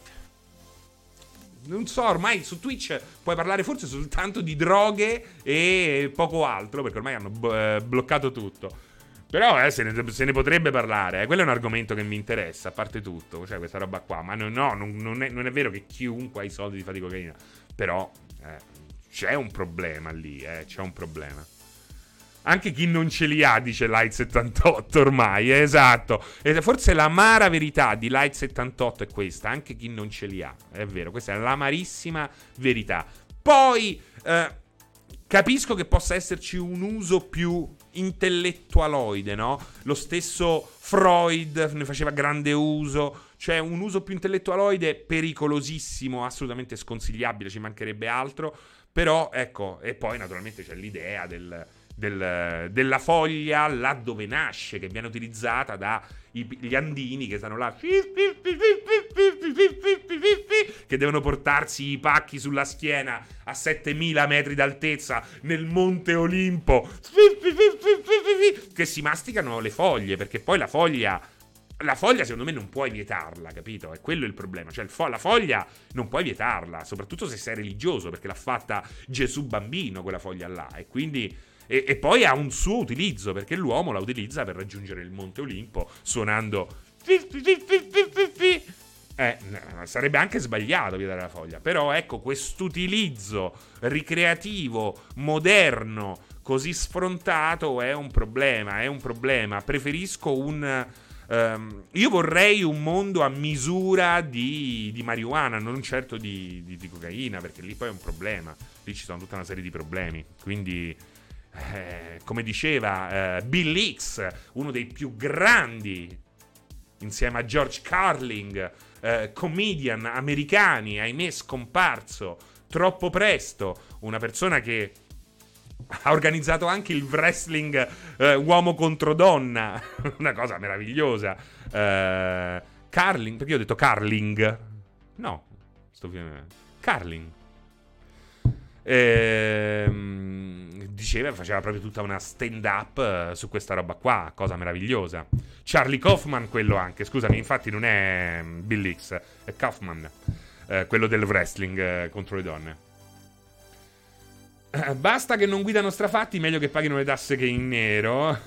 non so, ormai su Twitch puoi parlare forse soltanto di droghe e poco altro, perché ormai hanno bloccato tutto. Però se ne potrebbe parlare, quello è un argomento che mi interessa, a parte tutto, cioè questa roba qua. Ma non è vero che chiunque ha i soldi si fa di cocaina. Però c'è un problema lì, c'è un problema. Anche chi non ce li ha, dice Light78 ormai, esatto. E forse l'amara verità di Light78 è questa, anche chi non ce li ha, è vero, questa è l'amarissima verità. Poi capisco che possa esserci un uso più intellettualoide, no? Lo stesso Freud ne faceva grande uso, cioè un uso più intellettualoide pericolosissimo, assolutamente sconsigliabile, ci mancherebbe altro. Però ecco, e poi naturalmente c'è l'idea della foglia là dove nasce, che viene utilizzata dagli andini che stanno là, che devono portarsi i pacchi sulla schiena a 7000 metri d'altezza nel Monte Olimpo, che si masticano le foglie, perché poi la foglia secondo me non puoi vietarla, capito? È quello il problema. Cioè la foglia non puoi vietarla, soprattutto se sei religioso, perché l'ha fatta Gesù bambino quella foglia là. E quindi e poi ha un suo utilizzo, perché l'uomo la utilizza per raggiungere il Monte Olimpo suonando. Sarebbe anche sbagliato vietare la foglia. Però ecco, quest'utilizzo ricreativo, moderno, così sfrontato è un problema. Preferisco io vorrei un mondo a misura di marijuana, non certo di cocaina, perché lì poi è un problema. Lì ci sono tutta una serie di problemi. Quindi, come diceva Bill Hicks, uno dei più grandi, insieme a George Carlin, comedian americani, ahimè scomparso troppo presto, una persona che ha organizzato anche il wrestling uomo contro donna, una cosa meravigliosa. Carlin, perché io ho detto Carling? No, Carlin. Faceva proprio tutta una stand-up su questa roba qua, cosa meravigliosa. Charlie Kaufman, quello anche, scusami, infatti non è Bill Hicks, è Kaufman, quello del wrestling contro le donne. Basta che non guidano strafatti, meglio che paghino le tasse che in nero.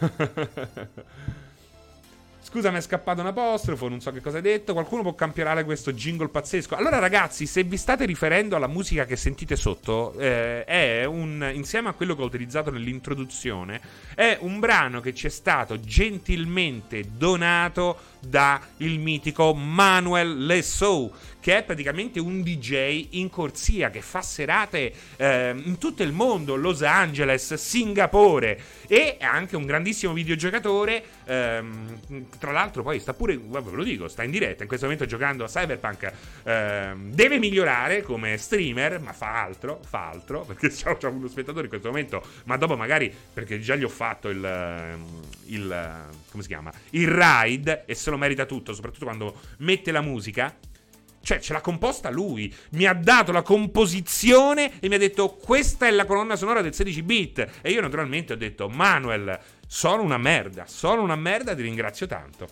Scusa, mi è scappato un apostrofo, non so che cosa hai detto. Qualcuno può campionare questo jingle pazzesco? Allora ragazzi, se vi state riferendo alla musica che sentite sotto, è insieme a quello che ho utilizzato nell'introduzione, è un brano che ci è stato gentilmente donato da il mitico Manuel Lesau, che è praticamente un DJ in corsia che fa serate in tutto il mondo, Los Angeles, Singapore, e è anche un grandissimo videogiocatore. Tra l'altro poi sta pure, ve lo dico, sta in diretta in questo momento giocando a Cyberpunk. Deve migliorare come streamer, ma fa altro, perché c'ho uno spettatore in questo momento, ma dopo magari, perché già gli ho fatto il come si chiama? Il ride, e se lo merita tutto, soprattutto quando mette la musica. Cioè, ce l'ha composta lui. Mi ha dato la composizione e mi ha detto: questa è la colonna sonora del 16 bit. E io naturalmente ho detto: Manuel, sono una merda, ti ringrazio tanto.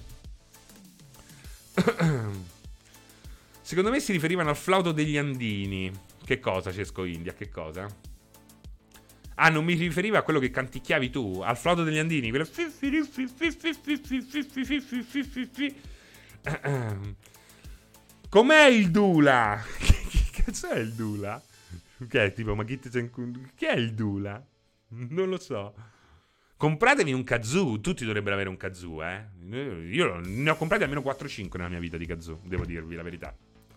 Secondo me si riferivano al flauto degli andini. Che cosa, Cesco India? Che cosa? Ah, non mi riferiva a quello che canticchiavi tu, al flauto degli andini, quello. Com'è il Dula? Che cazzo è il Dula? Che è tipo, ma che è il Dula? Non lo so. Compratevi un kazoo, tutti dovrebbero avere un kazoo, Io ne ho comprati almeno 4-5 nella mia vita di kazoo, devo dirvi la verità.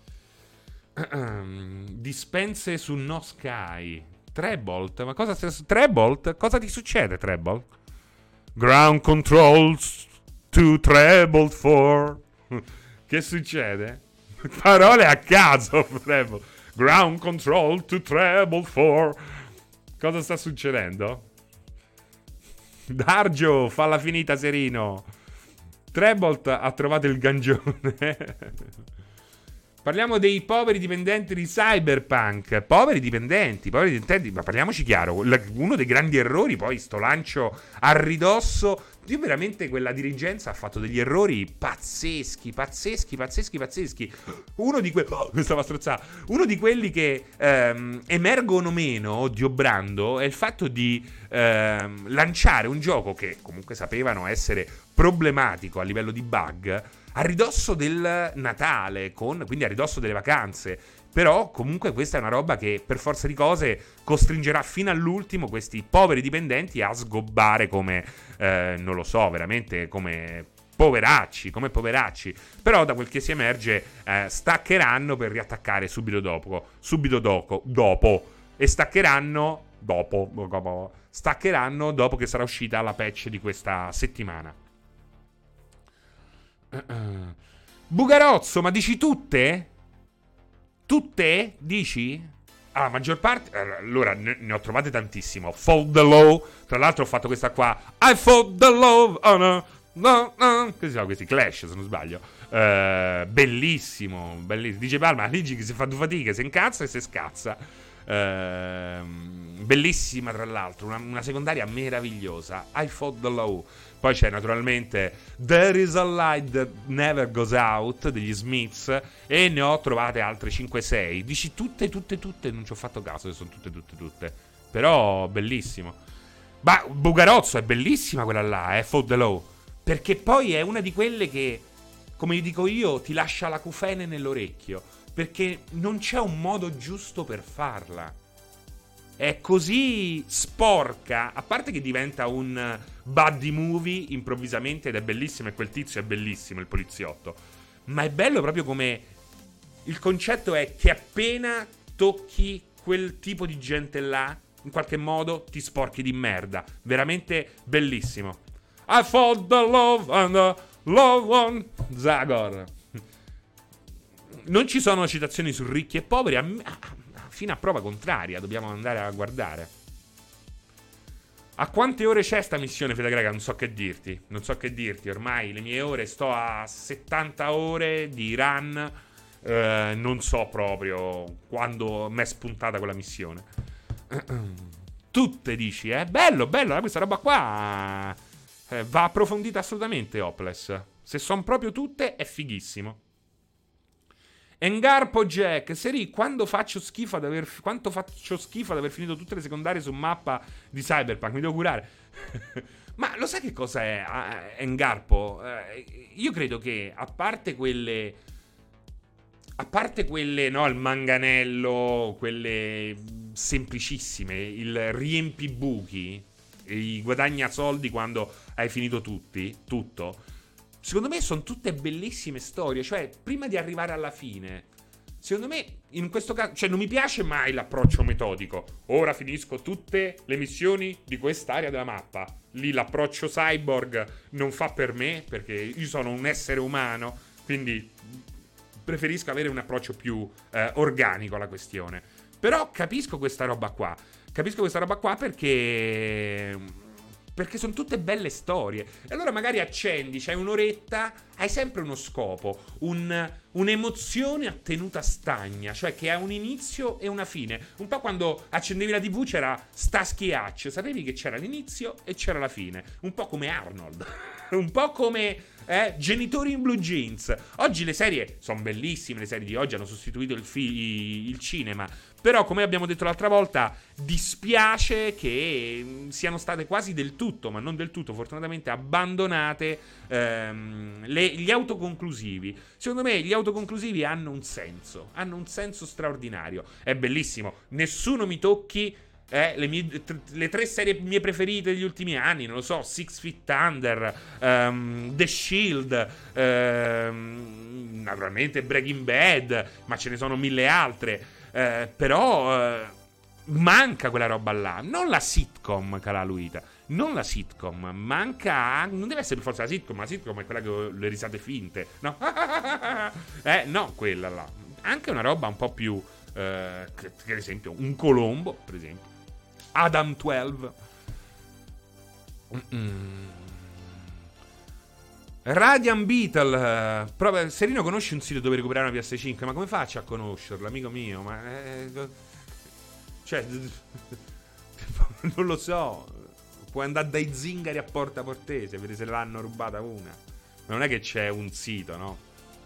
Dispense su No Sky. Trebolt, ma cosa Trebolt? Cosa ti succede, Trebolt? Ground controls to Trebolt 4. Che succede? Parole a caso, Trebolt. Ground control to Trebolt 4. Cosa sta succedendo? Dargio, falla finita, Serino. Trebolt ha trovato il gangione. Parliamo dei poveri dipendenti di Cyberpunk. Poveri dipendenti, ma parliamoci chiaro. Uno dei grandi errori, poi sto lancio a ridosso. Io veramente quella dirigenza ha fatto degli errori pazzeschi. Uno di quelli. Mi stava strozzando. Uno di quelli che emergono meno, Diobrando, è il fatto di lanciare un gioco che comunque sapevano essere problematico a livello di bug a ridosso del Natale, quindi a ridosso delle vacanze. Però comunque questa è una roba che per forza di cose costringerà fino all'ultimo questi poveri dipendenti a sgobbare come, non lo so, veramente come poveracci. Però da quel che si emerge staccheranno per riattaccare subito dopo. E staccheranno dopo che sarà uscita la patch di questa settimana. Bugarozzo, ma dici tutte? Tutte? Dici? Ah, la maggior parte. Allora, ne ho trovate tantissimo. Fold the Law. Tra l'altro ho fatto questa qua. I fold the law. Oh no. Questi sono questi Clash, se non sbaglio. Bellissimo. Dice Palma, Ligi che si fa due fatiche, si incazza e si scazza. Bellissima, tra l'altro. Una secondaria meravigliosa. I fold the law. Poi c'è naturalmente There is a light that never goes out degli Smiths. E ne ho trovate altre 5-6. Dici tutte. Non ci ho fatto caso se sono tutte. Però bellissimo. Ma Bugarozzo è bellissima quella là, Fold the Law. Perché poi è una di quelle che, come dico io, ti lascia l'acufene nell'orecchio. Perché non c'è un modo giusto per farla. È così sporca, a parte che diventa un buddy movie improvvisamente ed è bellissimo, e quel tizio è bellissimo, il poliziotto. Ma è bello proprio come il concetto è che appena tocchi quel tipo di gente là, in qualche modo ti sporchi di merda. Veramente bellissimo. I found the love and the love one Zagor. Non ci sono citazioni su ricchi e poveri, fino a prova contraria, dobbiamo andare a guardare. A quante ore c'è sta missione, Fede Greca? Non so che dirti. Ormai le mie ore, sto a 70 ore di run. Non so proprio quando mi è spuntata quella missione. Tutte dici, bello, questa roba qua va approfondita assolutamente, Hopeless. Se sono proprio tutte, è fighissimo. Engarpo Jack, Seri, quanto faccio schifo ad aver finito tutte le secondarie su mappa di Cyberpunk? Mi devo curare. Ma lo sai che cosa è Engarpo? Io credo che a parte quelle, no, il manganello, quelle semplicissime, il riempi buchi, i guadagna soldi quando hai finito tutto. Secondo me sono tutte bellissime storie. Cioè, prima di arrivare alla fine, secondo me, in questo caso, cioè non mi piace mai l'approccio metodico. Ora finisco tutte le missioni di quest'area della mappa. Lì l'approccio cyborg non fa per me, perché io sono un essere umano, quindi preferisco avere un approccio più organico alla questione. Però capisco questa roba qua perché sono tutte belle storie. E allora magari accendi, c'hai un'oretta, hai sempre uno scopo, un'emozione a tenuta stagna, cioè che ha un inizio e una fine. Un po' quando accendevi la TV c'era Starsky Hutch, sapevi che c'era l'inizio e c'era la fine. Un po' come Arnold, un po' come Genitori in Blue Jeans. Oggi le serie sono bellissime, le serie di oggi hanno sostituito il cinema. Però, come abbiamo detto l'altra volta, dispiace che siano state quasi del tutto, ma non del tutto, fortunatamente abbandonate gli autoconclusivi. Secondo me gli autoconclusivi hanno un senso straordinario. È bellissimo, nessuno mi tocchi le 3 serie mie preferite degli ultimi anni, non lo so, Six Feet Under, The Shield, naturalmente Breaking Bad, ma ce ne sono 1000 altre. Però manca quella roba là. Non la sitcom, cara Luita. Non la sitcom. Manca. Non deve essere per forza la sitcom. La sitcom è quella che ho le risate finte. No, no, quella là. Anche una roba un po' più che ad esempio un Colombo, per esempio Adam 12. Radiant Beetle, proprio, Serino, conosci un sito dove recuperare una PS5? Ma come faccio a conoscerlo, amico mio? Ma cioè non lo so. Puoi andare dai zingari a Porta Portese, vedere se l'hanno rubata una. Ma non è che c'è un sito, no?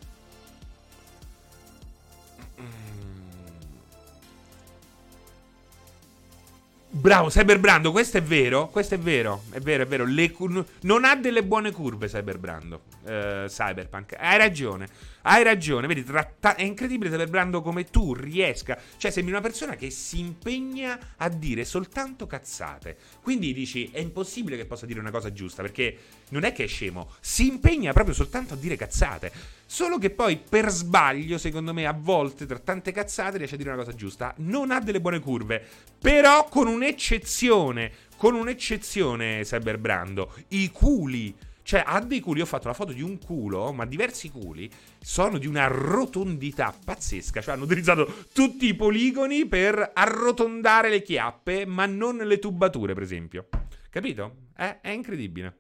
Bravo, Cyberbrando, questo è vero, è vero. Non ha delle buone curve Cyberbrando, Cyberpunk, hai ragione, vedi, è incredibile Cyberbrando come tu riesca, cioè sembri una persona che si impegna a dire soltanto cazzate, quindi dici è impossibile che possa dire una cosa giusta, perché non è che è scemo, si impegna proprio soltanto a dire cazzate, solo che poi per sbaglio, secondo me, a volte tra tante cazzate riesce a dire una cosa giusta, non ha delle buone curve, però con un'eccezione Cyberbrando, i culi, cioè ha dei culi, ho fatto la foto di un culo, ma diversi culi sono di una rotondità pazzesca, cioè hanno utilizzato tutti i poligoni per arrotondare le chiappe, ma non le tubature, per esempio. Capito? È incredibile.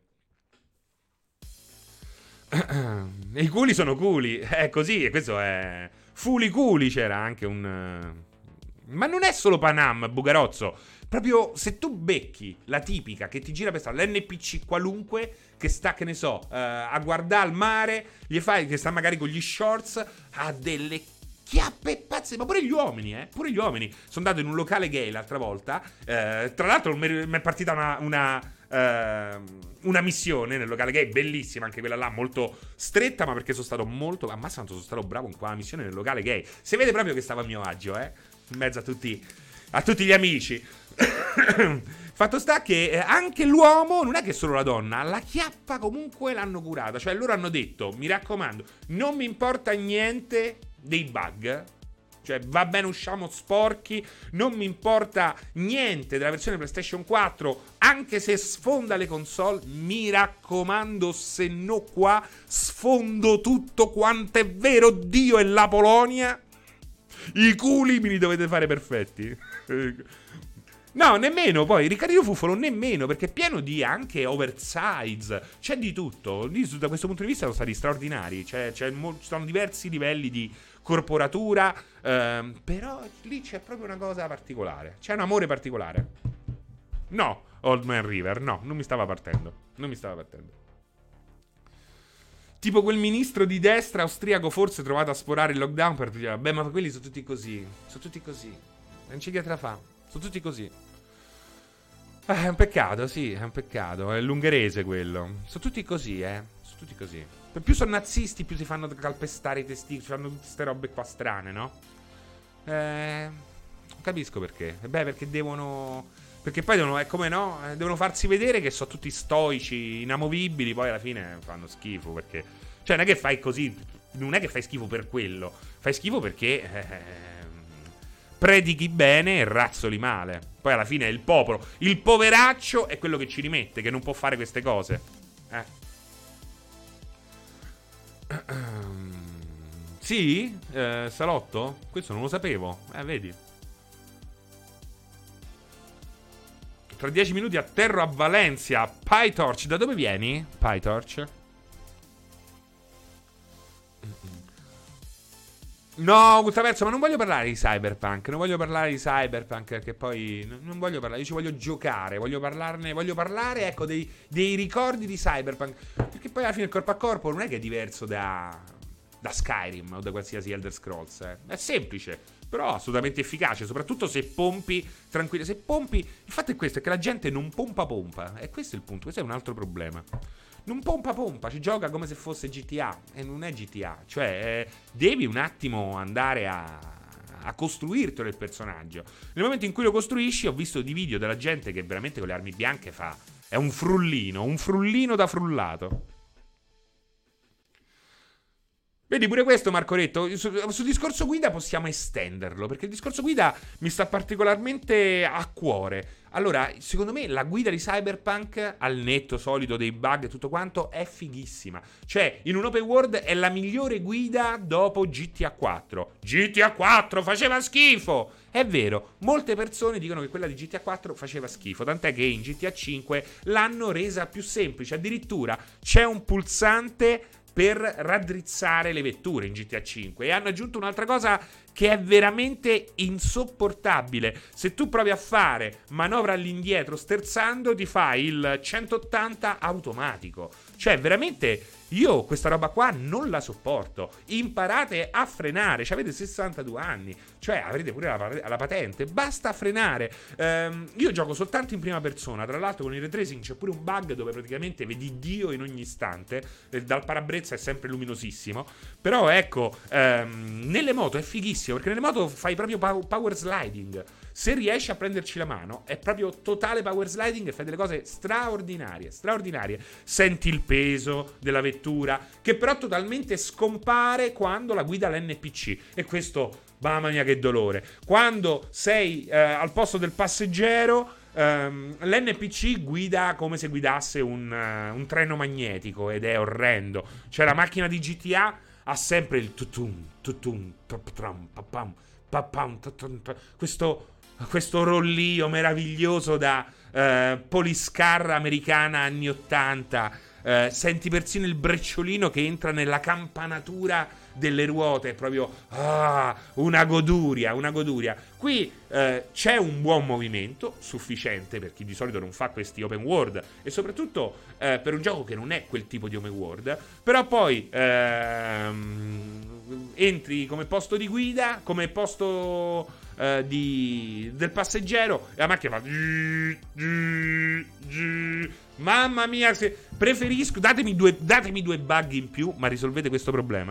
E i culi sono culi, è così, e questo è Fuli culi, c'era anche un ma non è solo Panam, Bugarozzo. Proprio se tu becchi la tipica che ti gira per strada, l'NPC qualunque che sta, che ne so, a guardare al mare, gli fai che sta magari con gli shorts, ha delle chiappe pazze, ma pure gli uomini, pure gli uomini. Sono andato in un locale gay l'altra volta, tra l'altro mi è partita una missione nel locale gay, bellissima anche quella là, molto stretta, ma perché sono stato molto, ammazza quanto sono stato bravo con quella missione nel locale gay. Si vede proprio che stavo a mio agio, in mezzo a tutti gli amici. Fatto sta che anche l'uomo non è che solo la donna, la chiappa comunque l'hanno curata, cioè loro hanno detto, mi raccomando, non mi importa niente dei bug, cioè va bene usciamo sporchi, non mi importa niente della versione PlayStation 4, anche se sfonda le console, mi raccomando, se no qua sfondo tutto quanto è vero Dio e la Polonia, i culi me li dovete fare perfetti. No, nemmeno poi, Riccardino Fuffolo nemmeno, perché è pieno di anche oversize, c'è di tutto, lì da questo punto di vista sono stati straordinari, ci sono diversi livelli di corporatura, però lì c'è proprio una cosa particolare, c'è un amore particolare. No, Old Man River, no, non mi stava partendo. Tipo quel ministro di destra austriaco forse trovato a sporare il lockdown per dire, vabbè, ma quelli sono tutti così, non c'è niente da fa, sono tutti così. È un peccato, sì, è un peccato, è l'ungherese quello, sono tutti così, sono tutti così. Per più sono nazisti, più si fanno calpestare i testicoli, fanno tutte queste robe qua strane, no? Non capisco perché, beh, perché devono... Perché poi devono, come no, devono farsi vedere che sono tutti stoici, inamovibili, poi alla fine fanno schifo, perché... Cioè, non è che fai così, non è che fai schifo per quello, fai schifo perché predichi bene e razzoli male. Poi alla fine è il popolo, il poveraccio è quello che ci rimette, che non può fare queste cose. Sì? Salotto? Questo non lo sapevo, vedi. Tra 10 minuti atterro a Valencia. PyTorch, da dove vieni? PyTorch? No, Gustaverso, ma non voglio parlare di Cyberpunk. Perché poi non voglio parlare. Io ci voglio giocare. Voglio parlare, ecco, dei ricordi di Cyberpunk. Perché poi alla fine il corpo a corpo non è che è diverso da Skyrim o da qualsiasi Elder Scrolls. È semplice, però assolutamente efficace. Soprattutto se pompi tranquillo. Se pompi. Il fatto è questo: è che la gente non pompa. E questo è il punto. Questo è un altro problema. Non pompa, ci gioca come se fosse GTA. E non è GTA. Cioè, devi un attimo andare a costruirtelo il personaggio. Nel momento in cui lo costruisci, ho visto di video della gente che veramente con le armi bianche fa. È un frullino da frullato. Vedi pure questo, Marcoretto. Sul discorso guida possiamo estenderlo, perché il discorso guida mi sta particolarmente a cuore. Allora, secondo me la guida di Cyberpunk, al netto solito dei bug e tutto quanto, è fighissima. Cioè, in un open world è la migliore guida dopo GTA 4. GTA 4 faceva schifo! È vero, molte persone dicono che quella di GTA 4 faceva schifo, tant'è che in GTA 5 l'hanno resa più semplice. Addirittura c'è un pulsante per raddrizzare le vetture in GTA 5 e hanno aggiunto un'altra cosa che è veramente insopportabile. Se tu provi a fare manovra all'indietro sterzando, ti fai il 180 automatico. Cioè, veramente, io questa roba qua non la sopporto. Imparate a frenare, cioè avete 62 anni, cioè avrete pure la patente, basta frenare. Io gioco soltanto in prima persona, tra l'altro con il ray tracing c'è pure un bug dove praticamente vedi Dio in ogni istante, dal parabrezza è sempre luminosissimo. Però ecco, nelle moto è fighissimo, perché nelle moto fai proprio power sliding. Se riesci a prenderci la mano, è proprio totale power sliding e fai delle cose straordinarie, straordinarie. Senti il peso della vettura, che però totalmente scompare quando la guida l'NPC. E questo, mamma mia che dolore. Quando sei al posto del passeggero, l'NPC guida come se guidasse un treno magnetico ed è orrendo. Cioè la macchina di GTA ha sempre il tutum, tutum, papam, papam, papam, questo rollio meraviglioso da poliscar americana anni 80. Senti persino il brecciolino che entra nella campanatura delle ruote. È proprio una goduria, una goduria. Qui c'è un buon movimento, sufficiente per chi di solito non fa questi open world, e soprattutto per un gioco che non è quel tipo di open world. Però poi entri come posto di guida, come posto del passeggero, e la macchina fa mamma mia, preferisco, datemi due bug in più, ma risolvete questo problema.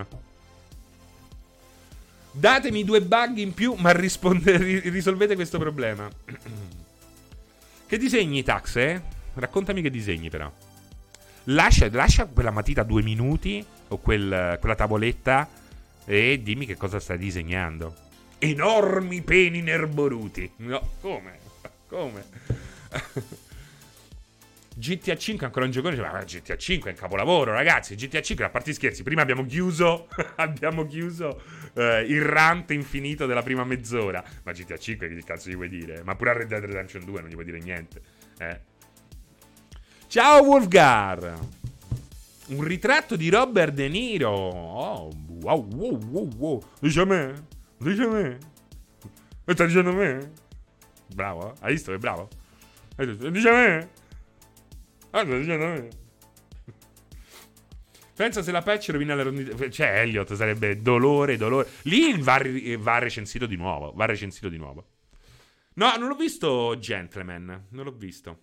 Datemi due bug in più, ma risolvete questo problema. Che disegni, Tax, eh? Raccontami che disegni, però. Lascia quella matita 2 minuti, o quella tavoletta, e dimmi che cosa stai disegnando. Enormi peni nerboruti. No, come? GTA 5 ancora un giocone, ma GTA 5 è un capolavoro, ragazzi. GTA 5, a parte scherzi, prima abbiamo chiuso il rant infinito della prima mezz'ora. Ma GTA 5 che cazzo gli vuoi dire? Ma pure a Red Dead Redemption 2 non gli vuoi dire niente. Ciao Wolfgar. Un ritratto di Robert De Niro. Oh, wow. Dice a me. E sta dicendo a me? Bravo, hai visto che è bravo? Dice a me? Sta dicendo a me. Pensa se la patch rovina le rondine. Cioè, Elliot sarebbe dolore. Lì va recensito di nuovo. No, non l'ho visto, Gentleman. Non l'ho visto.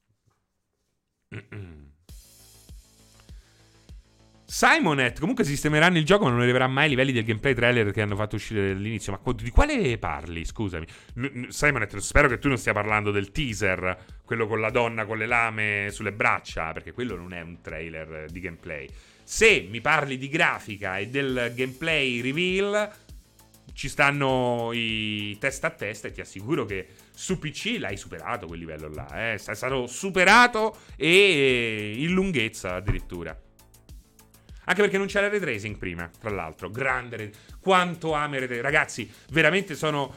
Simonet comunque sistemeranno il gioco, ma non arriverà mai ai livelli del gameplay trailer che hanno fatto uscire all'inizio. Ma di quale parli? Scusami. Simonet, spero che tu non stia parlando del teaser, quello con la donna con le lame sulle braccia, perché quello non è un trailer di gameplay. Se mi parli di grafica e del gameplay reveal, ci stanno i testa a testa e ti assicuro che su PC l'hai superato quel livello là. È stato superato e in lunghezza addirittura. Anche perché non c'era ray tracing prima, tra l'altro. Grande quanto ame ray tracing. Ragazzi, veramente sono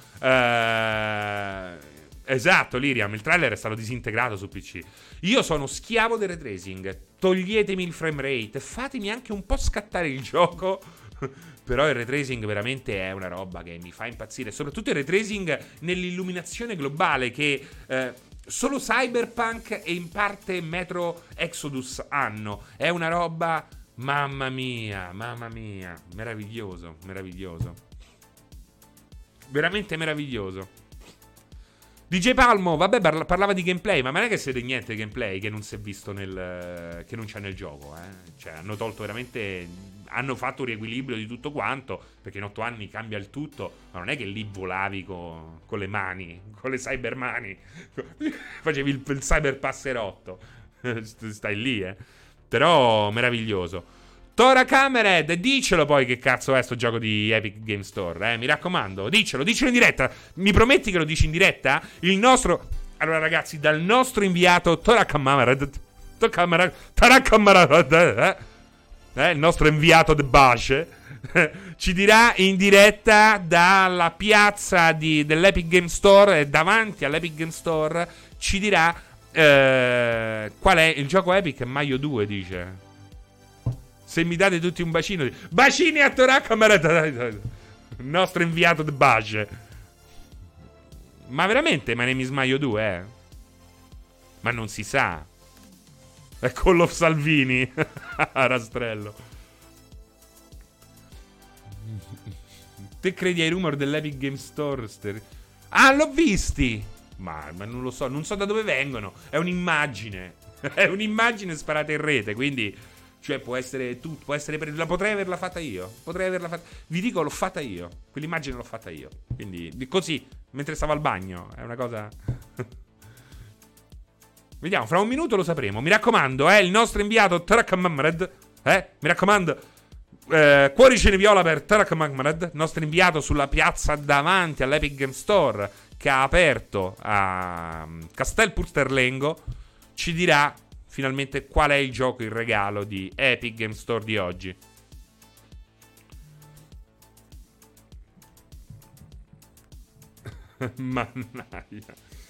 esatto, Liriam, il trailer è stato disintegrato su PC. Io sono schiavo del ray tracing. Toglietemi il frame rate, fatemi anche un po' scattare il gioco. Però il ray tracing veramente è una roba che mi fa impazzire. Soprattutto il ray tracing nell'illuminazione globale che solo Cyberpunk e in parte Metro Exodus hanno. È una roba... Mamma mia, meraviglioso. Veramente meraviglioso. DJ Palmo, vabbè, parlava di gameplay, ma non è che si vede niente di gameplay che non si è visto che non c'è nel gioco, Cioè, hanno tolto veramente... Hanno fatto un riequilibrio di tutto quanto, perché in 8 anni cambia il tutto, ma non è che lì volavi con le mani, con le cybermani. Facevi il cyber passerotto. Stai lì, Però meraviglioso. Tora Camered, dicelo poi che cazzo è sto gioco di Epic Game Store, mi raccomando, dicelo in diretta. Mi prometti che lo dici in diretta? Il nostro... Allora ragazzi, dal nostro inviato Tora Camered, il nostro inviato de Bace, ci dirà in diretta dalla piazza dell'Epic Game Store, davanti all'Epic Game Store, ci dirà qual è il gioco Epic. Maio 2 dice. Se mi date tutti un bacino, bacini a Torak, il nostro inviato de Bace. Ma veramente My Name is Maio 2, Ma non si sa. È Call of Salvini. Rastrello. Te credi ai rumor dell'Epic Game Store? Ah, l'ho visti. Ma non lo so, non so da dove vengono. È un'immagine. È un'immagine sparata in rete, quindi... Cioè può essere tu, può essere la potrei averla fatta io. Vi dico, l'ho fatta io. Quell'immagine l'ho fatta io. Quindi così, mentre stavo al bagno. È una cosa... Vediamo, fra un minuto lo sapremo. Mi raccomando, il nostro inviato Tarak Mamred. Mi raccomando, cuoricine viola per Tarak Mamred, nostro inviato sulla piazza davanti all'Epic Game Store che ha aperto a Castel Pursterlengo. Ci dirà finalmente qual è il gioco in regalo di Epic Game Store di oggi. Mannaggia.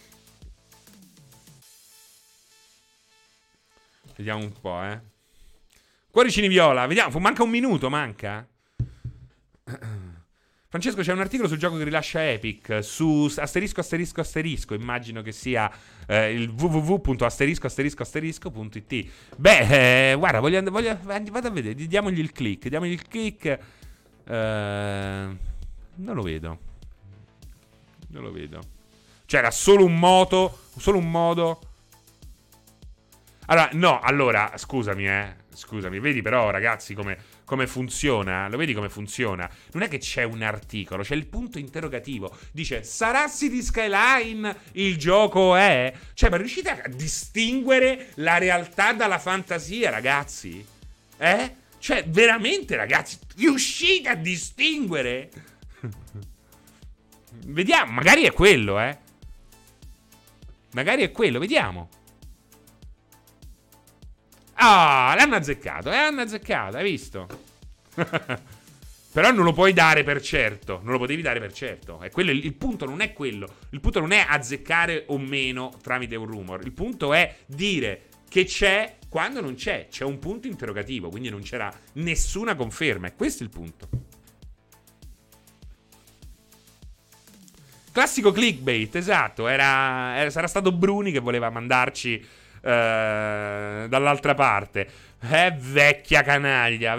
Vediamo un po', Cuoricini viola, vediamo, manca un minuto, manca. Francesco, c'è un articolo sul gioco che rilascia Epic su asterisco, immagino che sia il www.asterisco.it. Beh, guarda, vado a vedere, diamogli il click. Non lo vedo. C'era solo un modo. Allora, scusami, vedi però, ragazzi, come funziona? Lo vedi come funziona? Non è che c'è un articolo, c'è il punto interrogativo. Dice, sarà City Skyline il gioco è? Cioè, ma riuscite a distinguere la realtà dalla fantasia, ragazzi? Cioè, veramente, ragazzi, riuscite a distinguere? Vediamo, magari è quello, Magari è quello, vediamo. Ah, l'hanno azzeccato, hai visto? Però non lo puoi dare per certo. Non lo potevi dare per certo. Il punto non è quello. Il punto non è azzeccare o meno tramite un rumor. Il punto è dire che c'è quando non c'è. C'è un punto interrogativo, quindi non c'era nessuna conferma. E questo è il punto. Classico clickbait, esatto. Sarà stato Bruni che voleva mandarci dall'altra parte. Vecchia canaglia.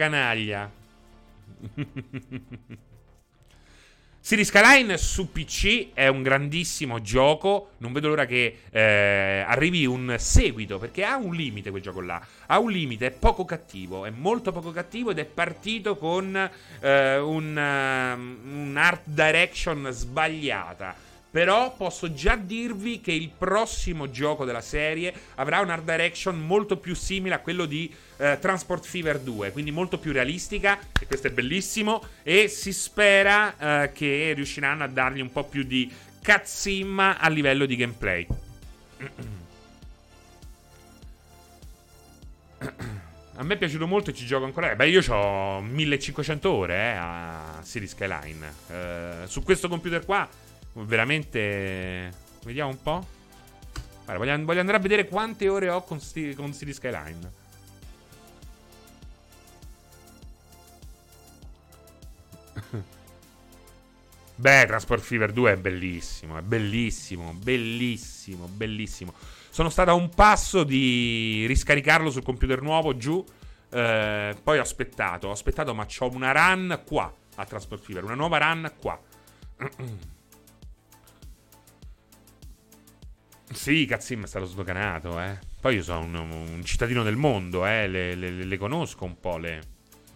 City Skyline su PC è un grandissimo gioco. Non vedo l'ora che arrivi un seguito, perché ha un limite quel gioco là. Ha un limite, è poco cattivo, è molto poco cattivo ed è partito con un art direction sbagliata. Però posso già dirvi che il prossimo gioco della serie avrà un art direction molto più simile a quello di Transport Fever 2, quindi molto più realistica, e questo è bellissimo, e si spera che riusciranno a dargli un po' più di cutscene a livello di gameplay. A me è piaciuto molto e ci gioco ancora. Beh, io ho 1500 ore a City Skyline. Su questo computer qua veramente... Vediamo un po'. Guarda, voglio andare a vedere quante ore ho con City Skyline. Beh, Transport Fever 2 è bellissimo. È bellissimo. Sono stato a un passo di riscaricarlo sul computer nuovo giù. Poi ho aspettato, ma c'ho una run qua a Transport Fever. Una nuova run qua. Sì, Katzim è stato sdoganato, Poi io sono un cittadino del mondo, le conosco un po' le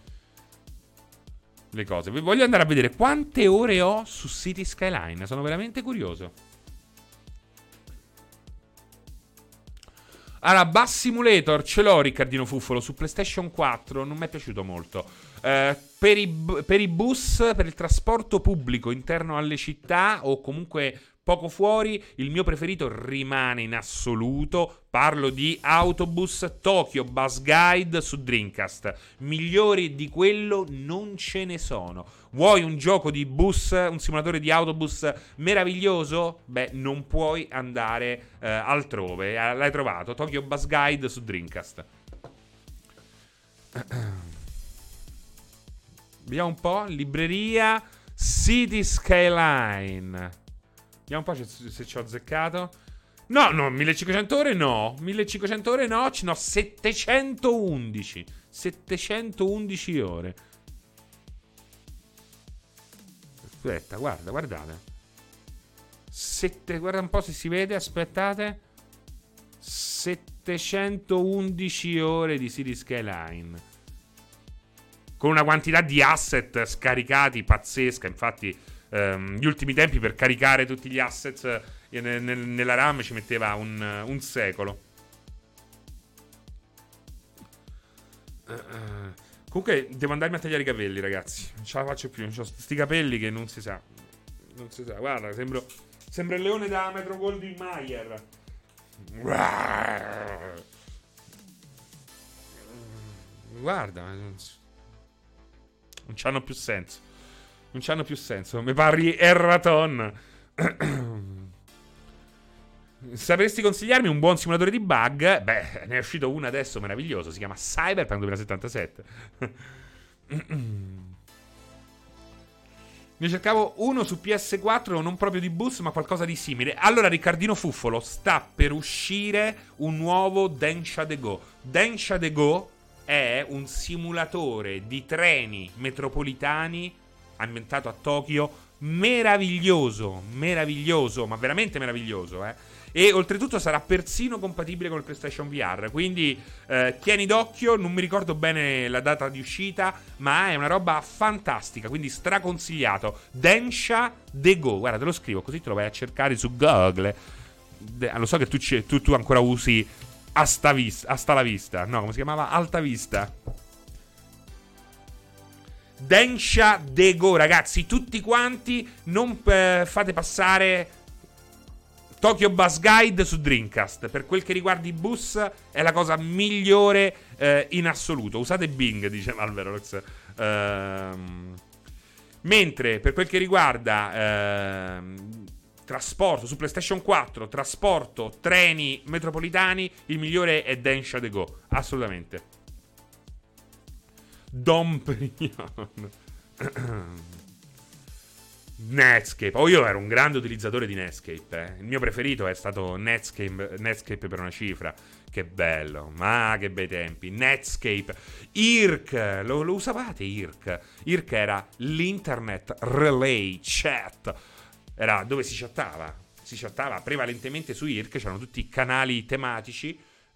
cose. Voglio andare a vedere quante ore ho su City Skyline. Sono veramente curioso. Allora, Bus Simulator ce l'ho, Riccardino Fuffolo, su PlayStation 4, non mi è piaciuto molto. Per i bus, per il trasporto pubblico interno alle città o comunque poco fuori, il mio preferito rimane in assoluto. Parlo di Autobus Tokyo Bus Guide su Dreamcast. Migliori di quello non ce ne sono. Vuoi un gioco di bus, un simulatore di autobus meraviglioso? Beh, non puoi andare altrove. L'hai trovato, Tokyo Bus Guide su Dreamcast. Vediamo un po'. Libreria City Skyline. Vediamo un po' se ci ho azzeccato. No, 1500 ore no. 1500 ore no. No, 711. 711 ore. Aspetta, guardate. Guarda un po' se si vede, aspettate. 711 ore di City Skyline. Con una quantità di asset scaricati pazzesca. Infatti, gli ultimi tempi per caricare tutti gli asset nella RAM ci metteva un secolo. Comunque devo andarmi a tagliare i capelli, ragazzi. Non ce la faccio più. Ho sti capelli che non si sa. Non si sa. Guarda, sembra il leone da Metro Goldwyn Mayer. Guarda, non c'hanno più senso. Non c'hanno più senso. Mi pari Erraton. Sapresti consigliarmi un buon simulatore di bug? Beh, ne è uscito uno adesso meraviglioso. Si chiama Cyberpunk 2077. Ne cercavo uno su PS4, non proprio di bus, ma qualcosa di simile. Allora, Riccardino Fuffolo, sta per uscire un nuovo Densha The Go. Densha The Go è un simulatore di treni metropolitani ambientato a Tokyo, meraviglioso, ma veramente meraviglioso, E oltretutto sarà persino compatibile con il PlayStation VR. Quindi tieni d'occhio, non mi ricordo bene la data di uscita, ma è una roba fantastica, quindi straconsigliato. Densha The Go, guarda, te lo scrivo così te lo vai a cercare su Google. Lo so che tu ancora usi Hasta la vista. No, come si chiamava? Alta Vista. Densha The Go, ragazzi, tutti quanti non fate passare Tokyo Bus Guide su Dreamcast. Per quel che riguarda i bus è la cosa migliore in assoluto. Usate Bing, dice Malverox. Mentre per quel che riguarda trasporto su PlayStation 4, trasporto, treni metropolitani, il migliore è Densha The Go, assolutamente. Dom Perignon. Netscape. Io ero un grande utilizzatore di Netscape. Il mio preferito è stato Netscape per una cifra. Che bello, ma che bei tempi. Netscape. IRC. Lo usavate IRC? IRC era l'Internet Relay Chat. Era dove si chattava. Si chattava prevalentemente su IRC. C'erano tutti i canali tematici.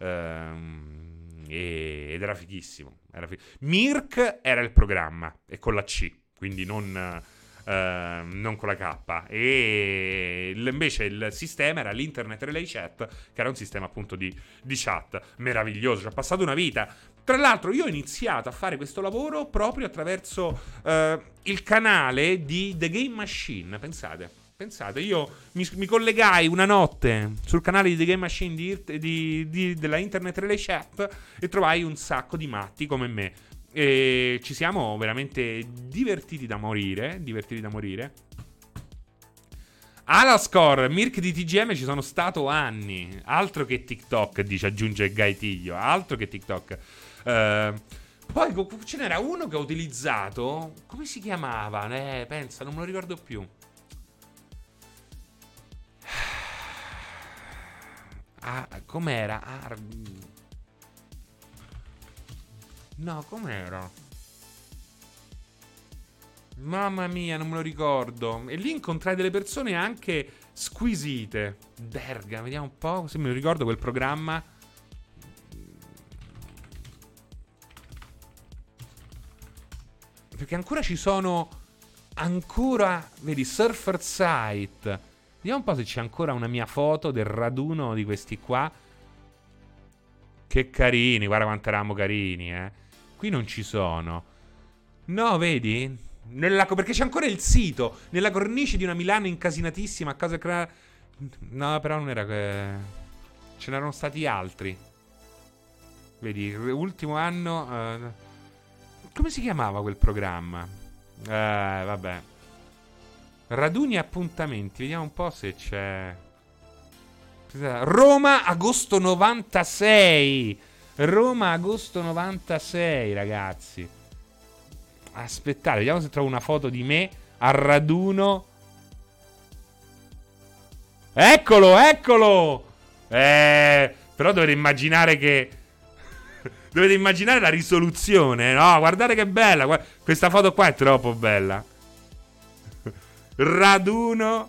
Ed era fighissimo. Mirk era il programma, e con la C, quindi non con la K. E invece il sistema era l'Internet Relay Chat, che era un sistema appunto di chat meraviglioso. Ci ha passato una vita. Tra l'altro io ho iniziato a fare questo lavoro proprio attraverso il canale di The Game Machine. Pensate, io mi collegai una notte sul canale di The Game Machine della Internet Relay Chat e trovai un sacco di matti come me. E ci siamo veramente divertiti da morire. Alascore, Mirk di TGM ci sono stato anni. Altro che TikTok, aggiunge Gaetiglio. Altro che TikTok. Poi ce n'era uno che ho utilizzato. Come si chiamava? Pensa, non me lo ricordo più. Com'era? No, com'era? Mamma mia, non me lo ricordo. E lì incontrai delle persone anche squisite. Derga, vediamo un po'. Se me lo ricordo quel programma. Perché ancora ci sono. Vedi, Surfer Site. Vediamo un po' se c'è ancora una mia foto del raduno di questi qua. Che carini, guarda quanto eravamo carini, eh. Qui non ci sono. No, vedi? Perché c'è ancora il sito. Nella cornice di una Milano incasinatissima a causa no, però non era che... Ce n'erano stati altri. Vedi, ultimo anno... come si chiamava quel programma? Vabbè. Raduni e appuntamenti. Vediamo un po' se c'è... Roma, agosto 96. Roma, agosto 96, ragazzi. Aspettate, vediamo se trovo una foto di me a raduno. Eccolo, eccolo. Però dovete immaginare che... Dovete immaginare la risoluzione. No, guardate che bella. Questa foto qua è troppo bella. Raduno.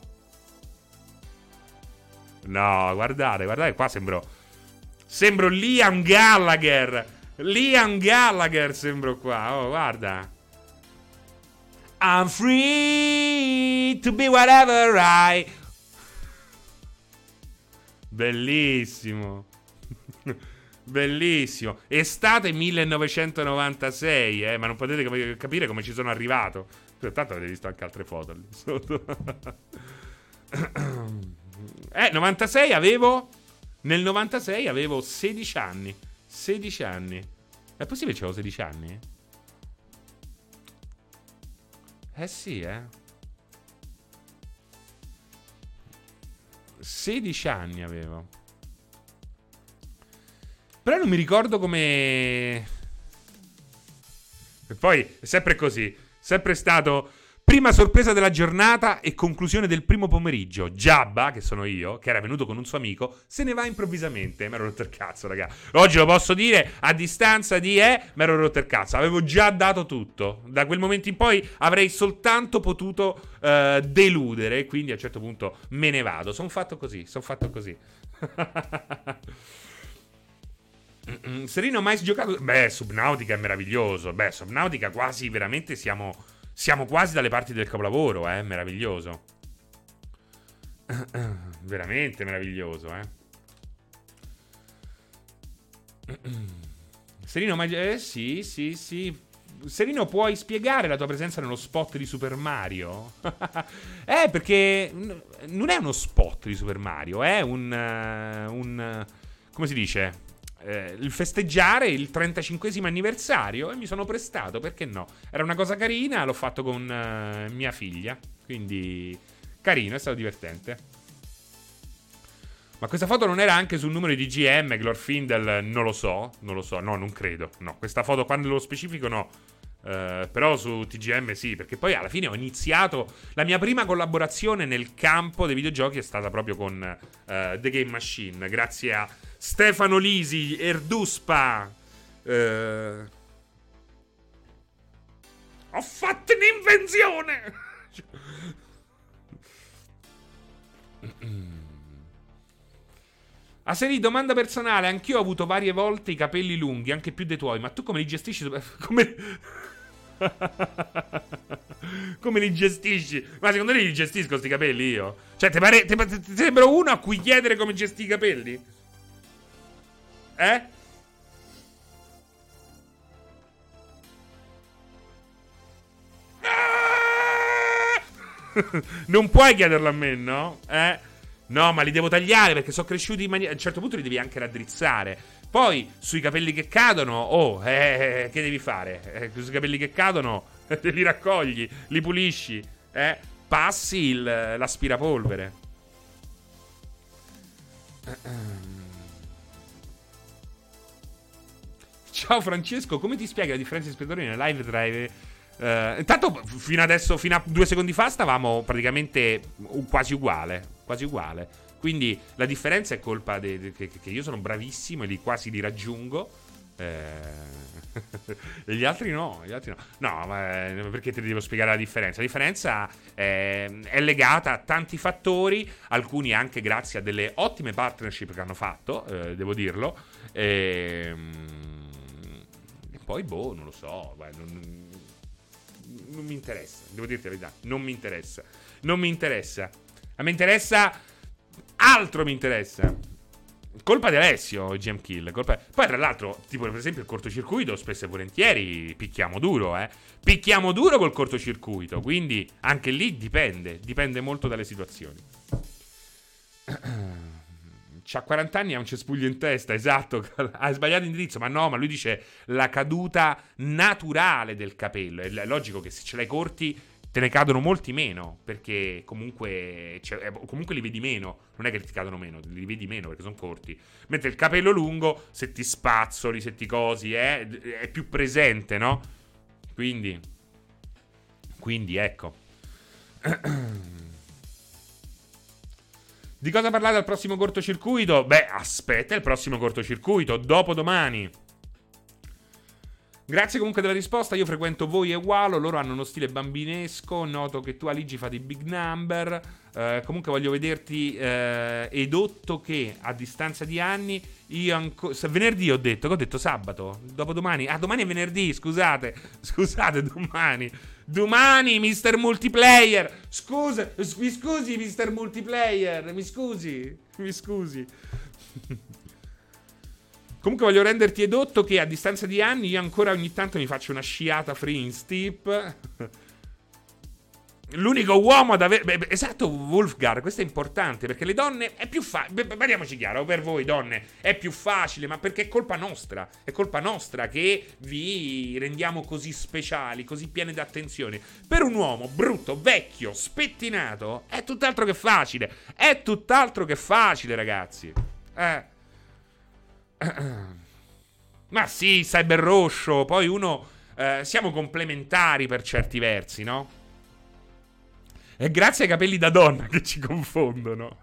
No, guardate, qua sembro Liam Gallagher. Liam Gallagher sembro qua. Oh, guarda. I'm free to be whatever I... Bellissimo. Bellissimo. Estate 1996, ma non potete capire come ci sono arrivato. Tanto avete visto anche altre foto lì sotto. 96 avevo... Nel 96 avevo 16 anni. 16 anni. È possibile che avevo 16 anni? Sì, 16 anni avevo. Però non mi ricordo come... E poi è sempre così. Sempre stato... Prima sorpresa della giornata e conclusione del primo pomeriggio. Giabba, che sono io, che era venuto con un suo amico, se ne va improvvisamente. Mi ero rotto il cazzo, raga. Oggi lo posso dire a distanza di mi ero rotto il cazzo. Avevo già dato tutto. Da quel momento in poi avrei soltanto potuto deludere. Quindi a un certo punto me ne vado. Sono fatto così, Serino, mai giocato? Beh, Subnautica è meraviglioso. Beh, Subnautica quasi veramente siamo quasi dalle parti del capolavoro, meraviglioso. Veramente meraviglioso, Serino, ma... sì. Serino, puoi spiegare la tua presenza nello spot di Super Mario? Perché non è uno spot di Super Mario, è un come si dice? Il festeggiare il 35esimo anniversario e mi sono prestato, perché no? Era una cosa carina, l'ho fatto con mia figlia, quindi carino, è stato divertente. Ma questa foto non era anche sul numero di GM, Glorfindel? Non lo so, no, non credo. No, questa foto qua nello specifico no. Però su TGM sì, perché poi alla fine ho iniziato... La mia prima collaborazione nel campo dei videogiochi è stata proprio con The Game Machine, grazie a Stefano Lisi, Erduspa. Ho fatto un'invenzione! Seri, domanda personale. Anch'io ho avuto varie volte i capelli lunghi, anche più dei tuoi. Ma tu come li gestisci? Come... Come li gestisci? Ma secondo te li gestisco sti capelli io? Cioè, ti sembro uno a cui chiedere come gesti i capelli? Non puoi chiederlo a me, no? No, ma li devo tagliare perché sono cresciuti in maniera... A un certo punto li devi anche raddrizzare. Poi, sui capelli che cadono, che devi fare? Sui capelli che cadono, li raccogli, li pulisci, passi l'aspirapolvere. Ciao Francesco, come ti spieghi la differenza di spettatori nelle live tra intanto fino adesso, fino a 2 secondi fa, stavamo praticamente quasi uguale. Quindi la differenza è colpa che io sono bravissimo e quasi li raggiungo. E gli altri no. No, ma perché ti devo spiegare la differenza? La differenza è legata a tanti fattori, alcuni anche grazie a delle ottime partnership che hanno fatto, devo dirlo. E poi, non lo so. Non mi interessa, devo dirti la verità. Non mi interessa. A me interessa. Altro mi interessa. Colpa di Alessio, GM Kill. Poi, tra l'altro, tipo, per esempio, il cortocircuito, spesso e volentieri picchiamo duro, eh. Picchiamo duro col cortocircuito. Quindi, anche lì dipende molto dalle situazioni. C'ha 40 anni e ha un cespuglio in testa, esatto. Ha sbagliato indirizzo, ma no, ma lui dice la caduta naturale del capello. È logico che se ce l'hai corti te ne cadono molti meno, perché comunque li vedi meno. Non è che ti cadono meno, li vedi meno perché sono corti. Mentre il capello lungo, se ti spazzoli, se ti cosi, è più presente, no? Quindi ecco. Di cosa parlate al prossimo cortocircuito? Beh, aspetta il prossimo cortocircuito, dopodomani. Grazie comunque della risposta. Io frequento voi e Walo. Loro hanno uno stile bambinesco. Noto che tu, Aligi, fate i big number. Comunque voglio vederti edotto che a distanza di anni io ancora... Venerdì ho detto. Che ho detto sabato? Dopodomani? Ah, domani è venerdì, scusate. Scusate, domani. Domani, Mr. Multiplayer. Scusa, mi scusi, Mr. Multiplayer. Mi scusi. Comunque voglio renderti edotto che a distanza di anni io ancora ogni tanto mi faccio una sciata free in steep. L'unico uomo ad avere... esatto, Wolfgar, questo è importante perché le donne è più facile... Parliamoci chiaro, per voi donne è più facile, ma perché è colpa nostra. È colpa nostra che vi rendiamo così speciali, così pieni d'attenzione. Per un uomo brutto, vecchio, spettinato, è tutt'altro che facile. È tutt'altro che facile, ragazzi. Ma sì, cyber rosso. Poi uno siamo complementari per certi versi, no? È grazie ai capelli da donna che ci confondono.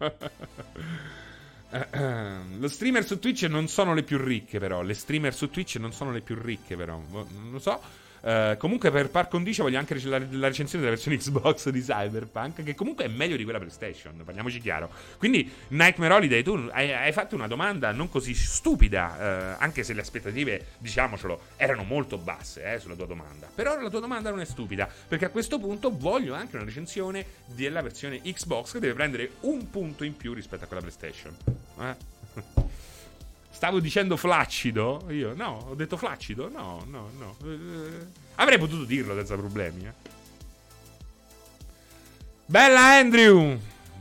Lo streamer su Twitch non sono le più ricche, però. Le streamer su Twitch non sono le più ricche, però. Non lo so. Comunque per par condicio voglio anche la recensione della versione Xbox di Cyberpunk, che comunque è meglio di quella PlayStation, parliamoci chiaro. Quindi Nightmare Holiday, tu hai fatto una domanda non così stupida, anche se le aspettative, diciamocelo, erano molto basse sulla tua domanda. Però la tua domanda non è stupida, perché a questo punto voglio anche una recensione della versione Xbox, che deve prendere un punto in più rispetto a quella PlayStation. Stavo dicendo flaccido? Io no, ho detto flaccido? No. Avrei potuto dirlo senza problemi, Bella Andrew!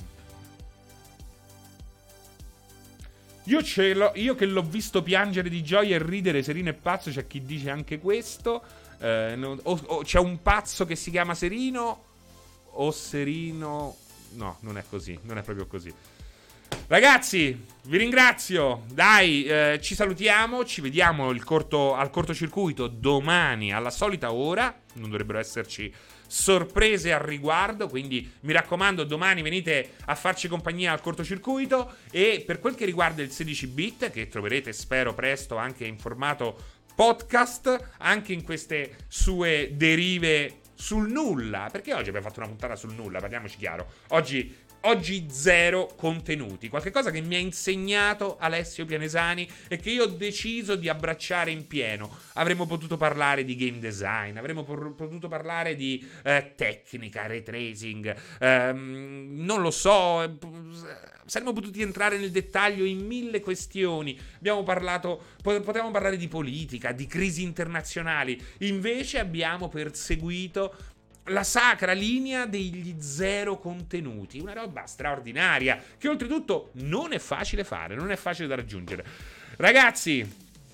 Io che l'ho visto piangere di gioia e ridere serino e pazzo, c'è chi dice anche questo. C'è un pazzo che si chiama Serino o Serino... No, non è così, non è proprio così. Ragazzi, vi ringrazio. Dai, ci salutiamo. Ci vediamo al cortocircuito domani alla solita ora. Non dovrebbero esserci sorprese al riguardo. Quindi mi raccomando, domani venite a farci compagnia al cortocircuito. E per quel che riguarda il 16-bit, che troverete spero presto anche in formato podcast, anche in queste sue derive sul nulla. Perché oggi abbiamo fatto una puntata sul nulla, parliamoci chiaro. Oggi zero contenuti, qualche cosa che mi ha insegnato Alessio Pianesani e che io ho deciso di abbracciare in pieno. Avremmo potuto parlare di game design, avremmo potuto parlare di tecnica, ray tracing, non lo so, saremmo potuti entrare nel dettaglio in 1000 questioni. Potevamo parlare di politica, di crisi internazionali, invece abbiamo perseguito la sacra linea degli zero contenuti, una roba straordinaria che oltretutto non è facile fare, non è facile da raggiungere. Ragazzi,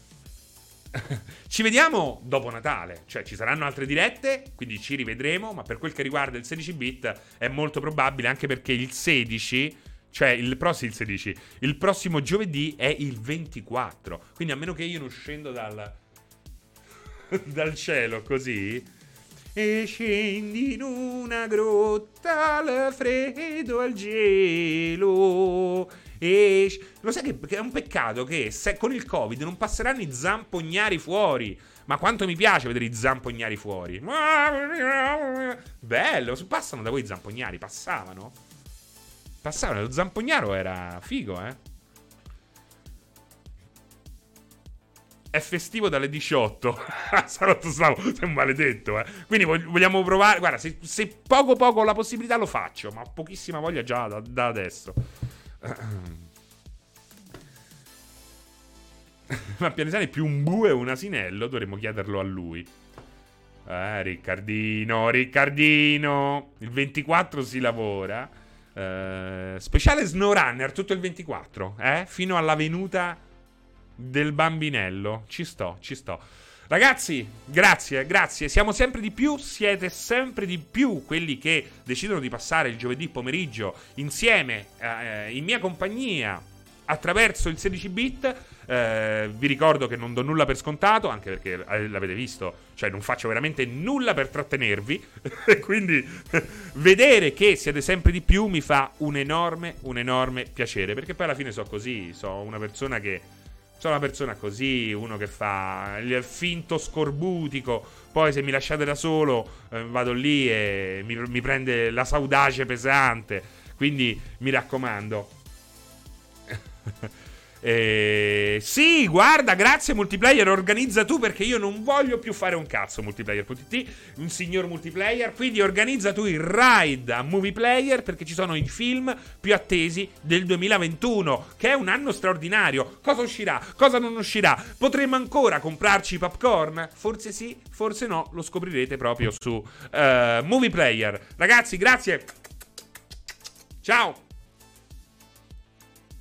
ci vediamo dopo Natale, cioè ci saranno altre dirette, quindi ci rivedremo, ma per quel che riguarda il 16-bit è molto probabile, anche perché il 16, cioè il prossimo giovedì è il 24, quindi a meno che io non scendo dal cielo così e scendi in una grotta al freddo, al gelo. Lo sai che è un peccato che con il Covid non passeranno i zampognari fuori. Ma quanto mi piace vedere i zampognari fuori. Bello, passano da voi i zampognari, passavano. Lo zampognaro era figo, È festivo dalle 18. Salotto Slavo, sei un maledetto, Quindi vogliamo provare. Guarda, se poco ho la possibilità lo faccio, ma ho pochissima voglia già da adesso. Ma Pianesani è più un bue o un asinello? Dovremmo chiederlo a lui. Riccardino. Il 24 si lavora. Speciale SnowRunner tutto il 24. Fino alla venuta del bambinello. Ci sto. Ragazzi, grazie. Siamo sempre di più. Siete sempre di più quelli che decidono di passare il giovedì pomeriggio insieme, in mia compagnia, attraverso il 16 bit. Vi ricordo che non do nulla per scontato, anche perché l'avete visto, cioè non faccio veramente nulla per trattenervi. Quindi vedere che siete sempre di più mi fa un enorme piacere, perché poi alla fine so così, sono una persona così, uno che fa il finto scorbutico. Poi se mi lasciate da solo, vado lì e mi prende la saudace pesante. Quindi mi raccomando. Sì, guarda, grazie Multiplayer, organizza tu, perché io non voglio più fare un cazzo Multiplayer.it, un signor Multiplayer. Quindi organizza tu il ride a Movie Player, perché ci sono i film più attesi del 2021, che è un anno straordinario. Cosa uscirà? Cosa non uscirà? Potremmo ancora comprarci i popcorn? Forse sì, forse no, lo scoprirete proprio su Movie Player. Ragazzi, grazie. Ciao.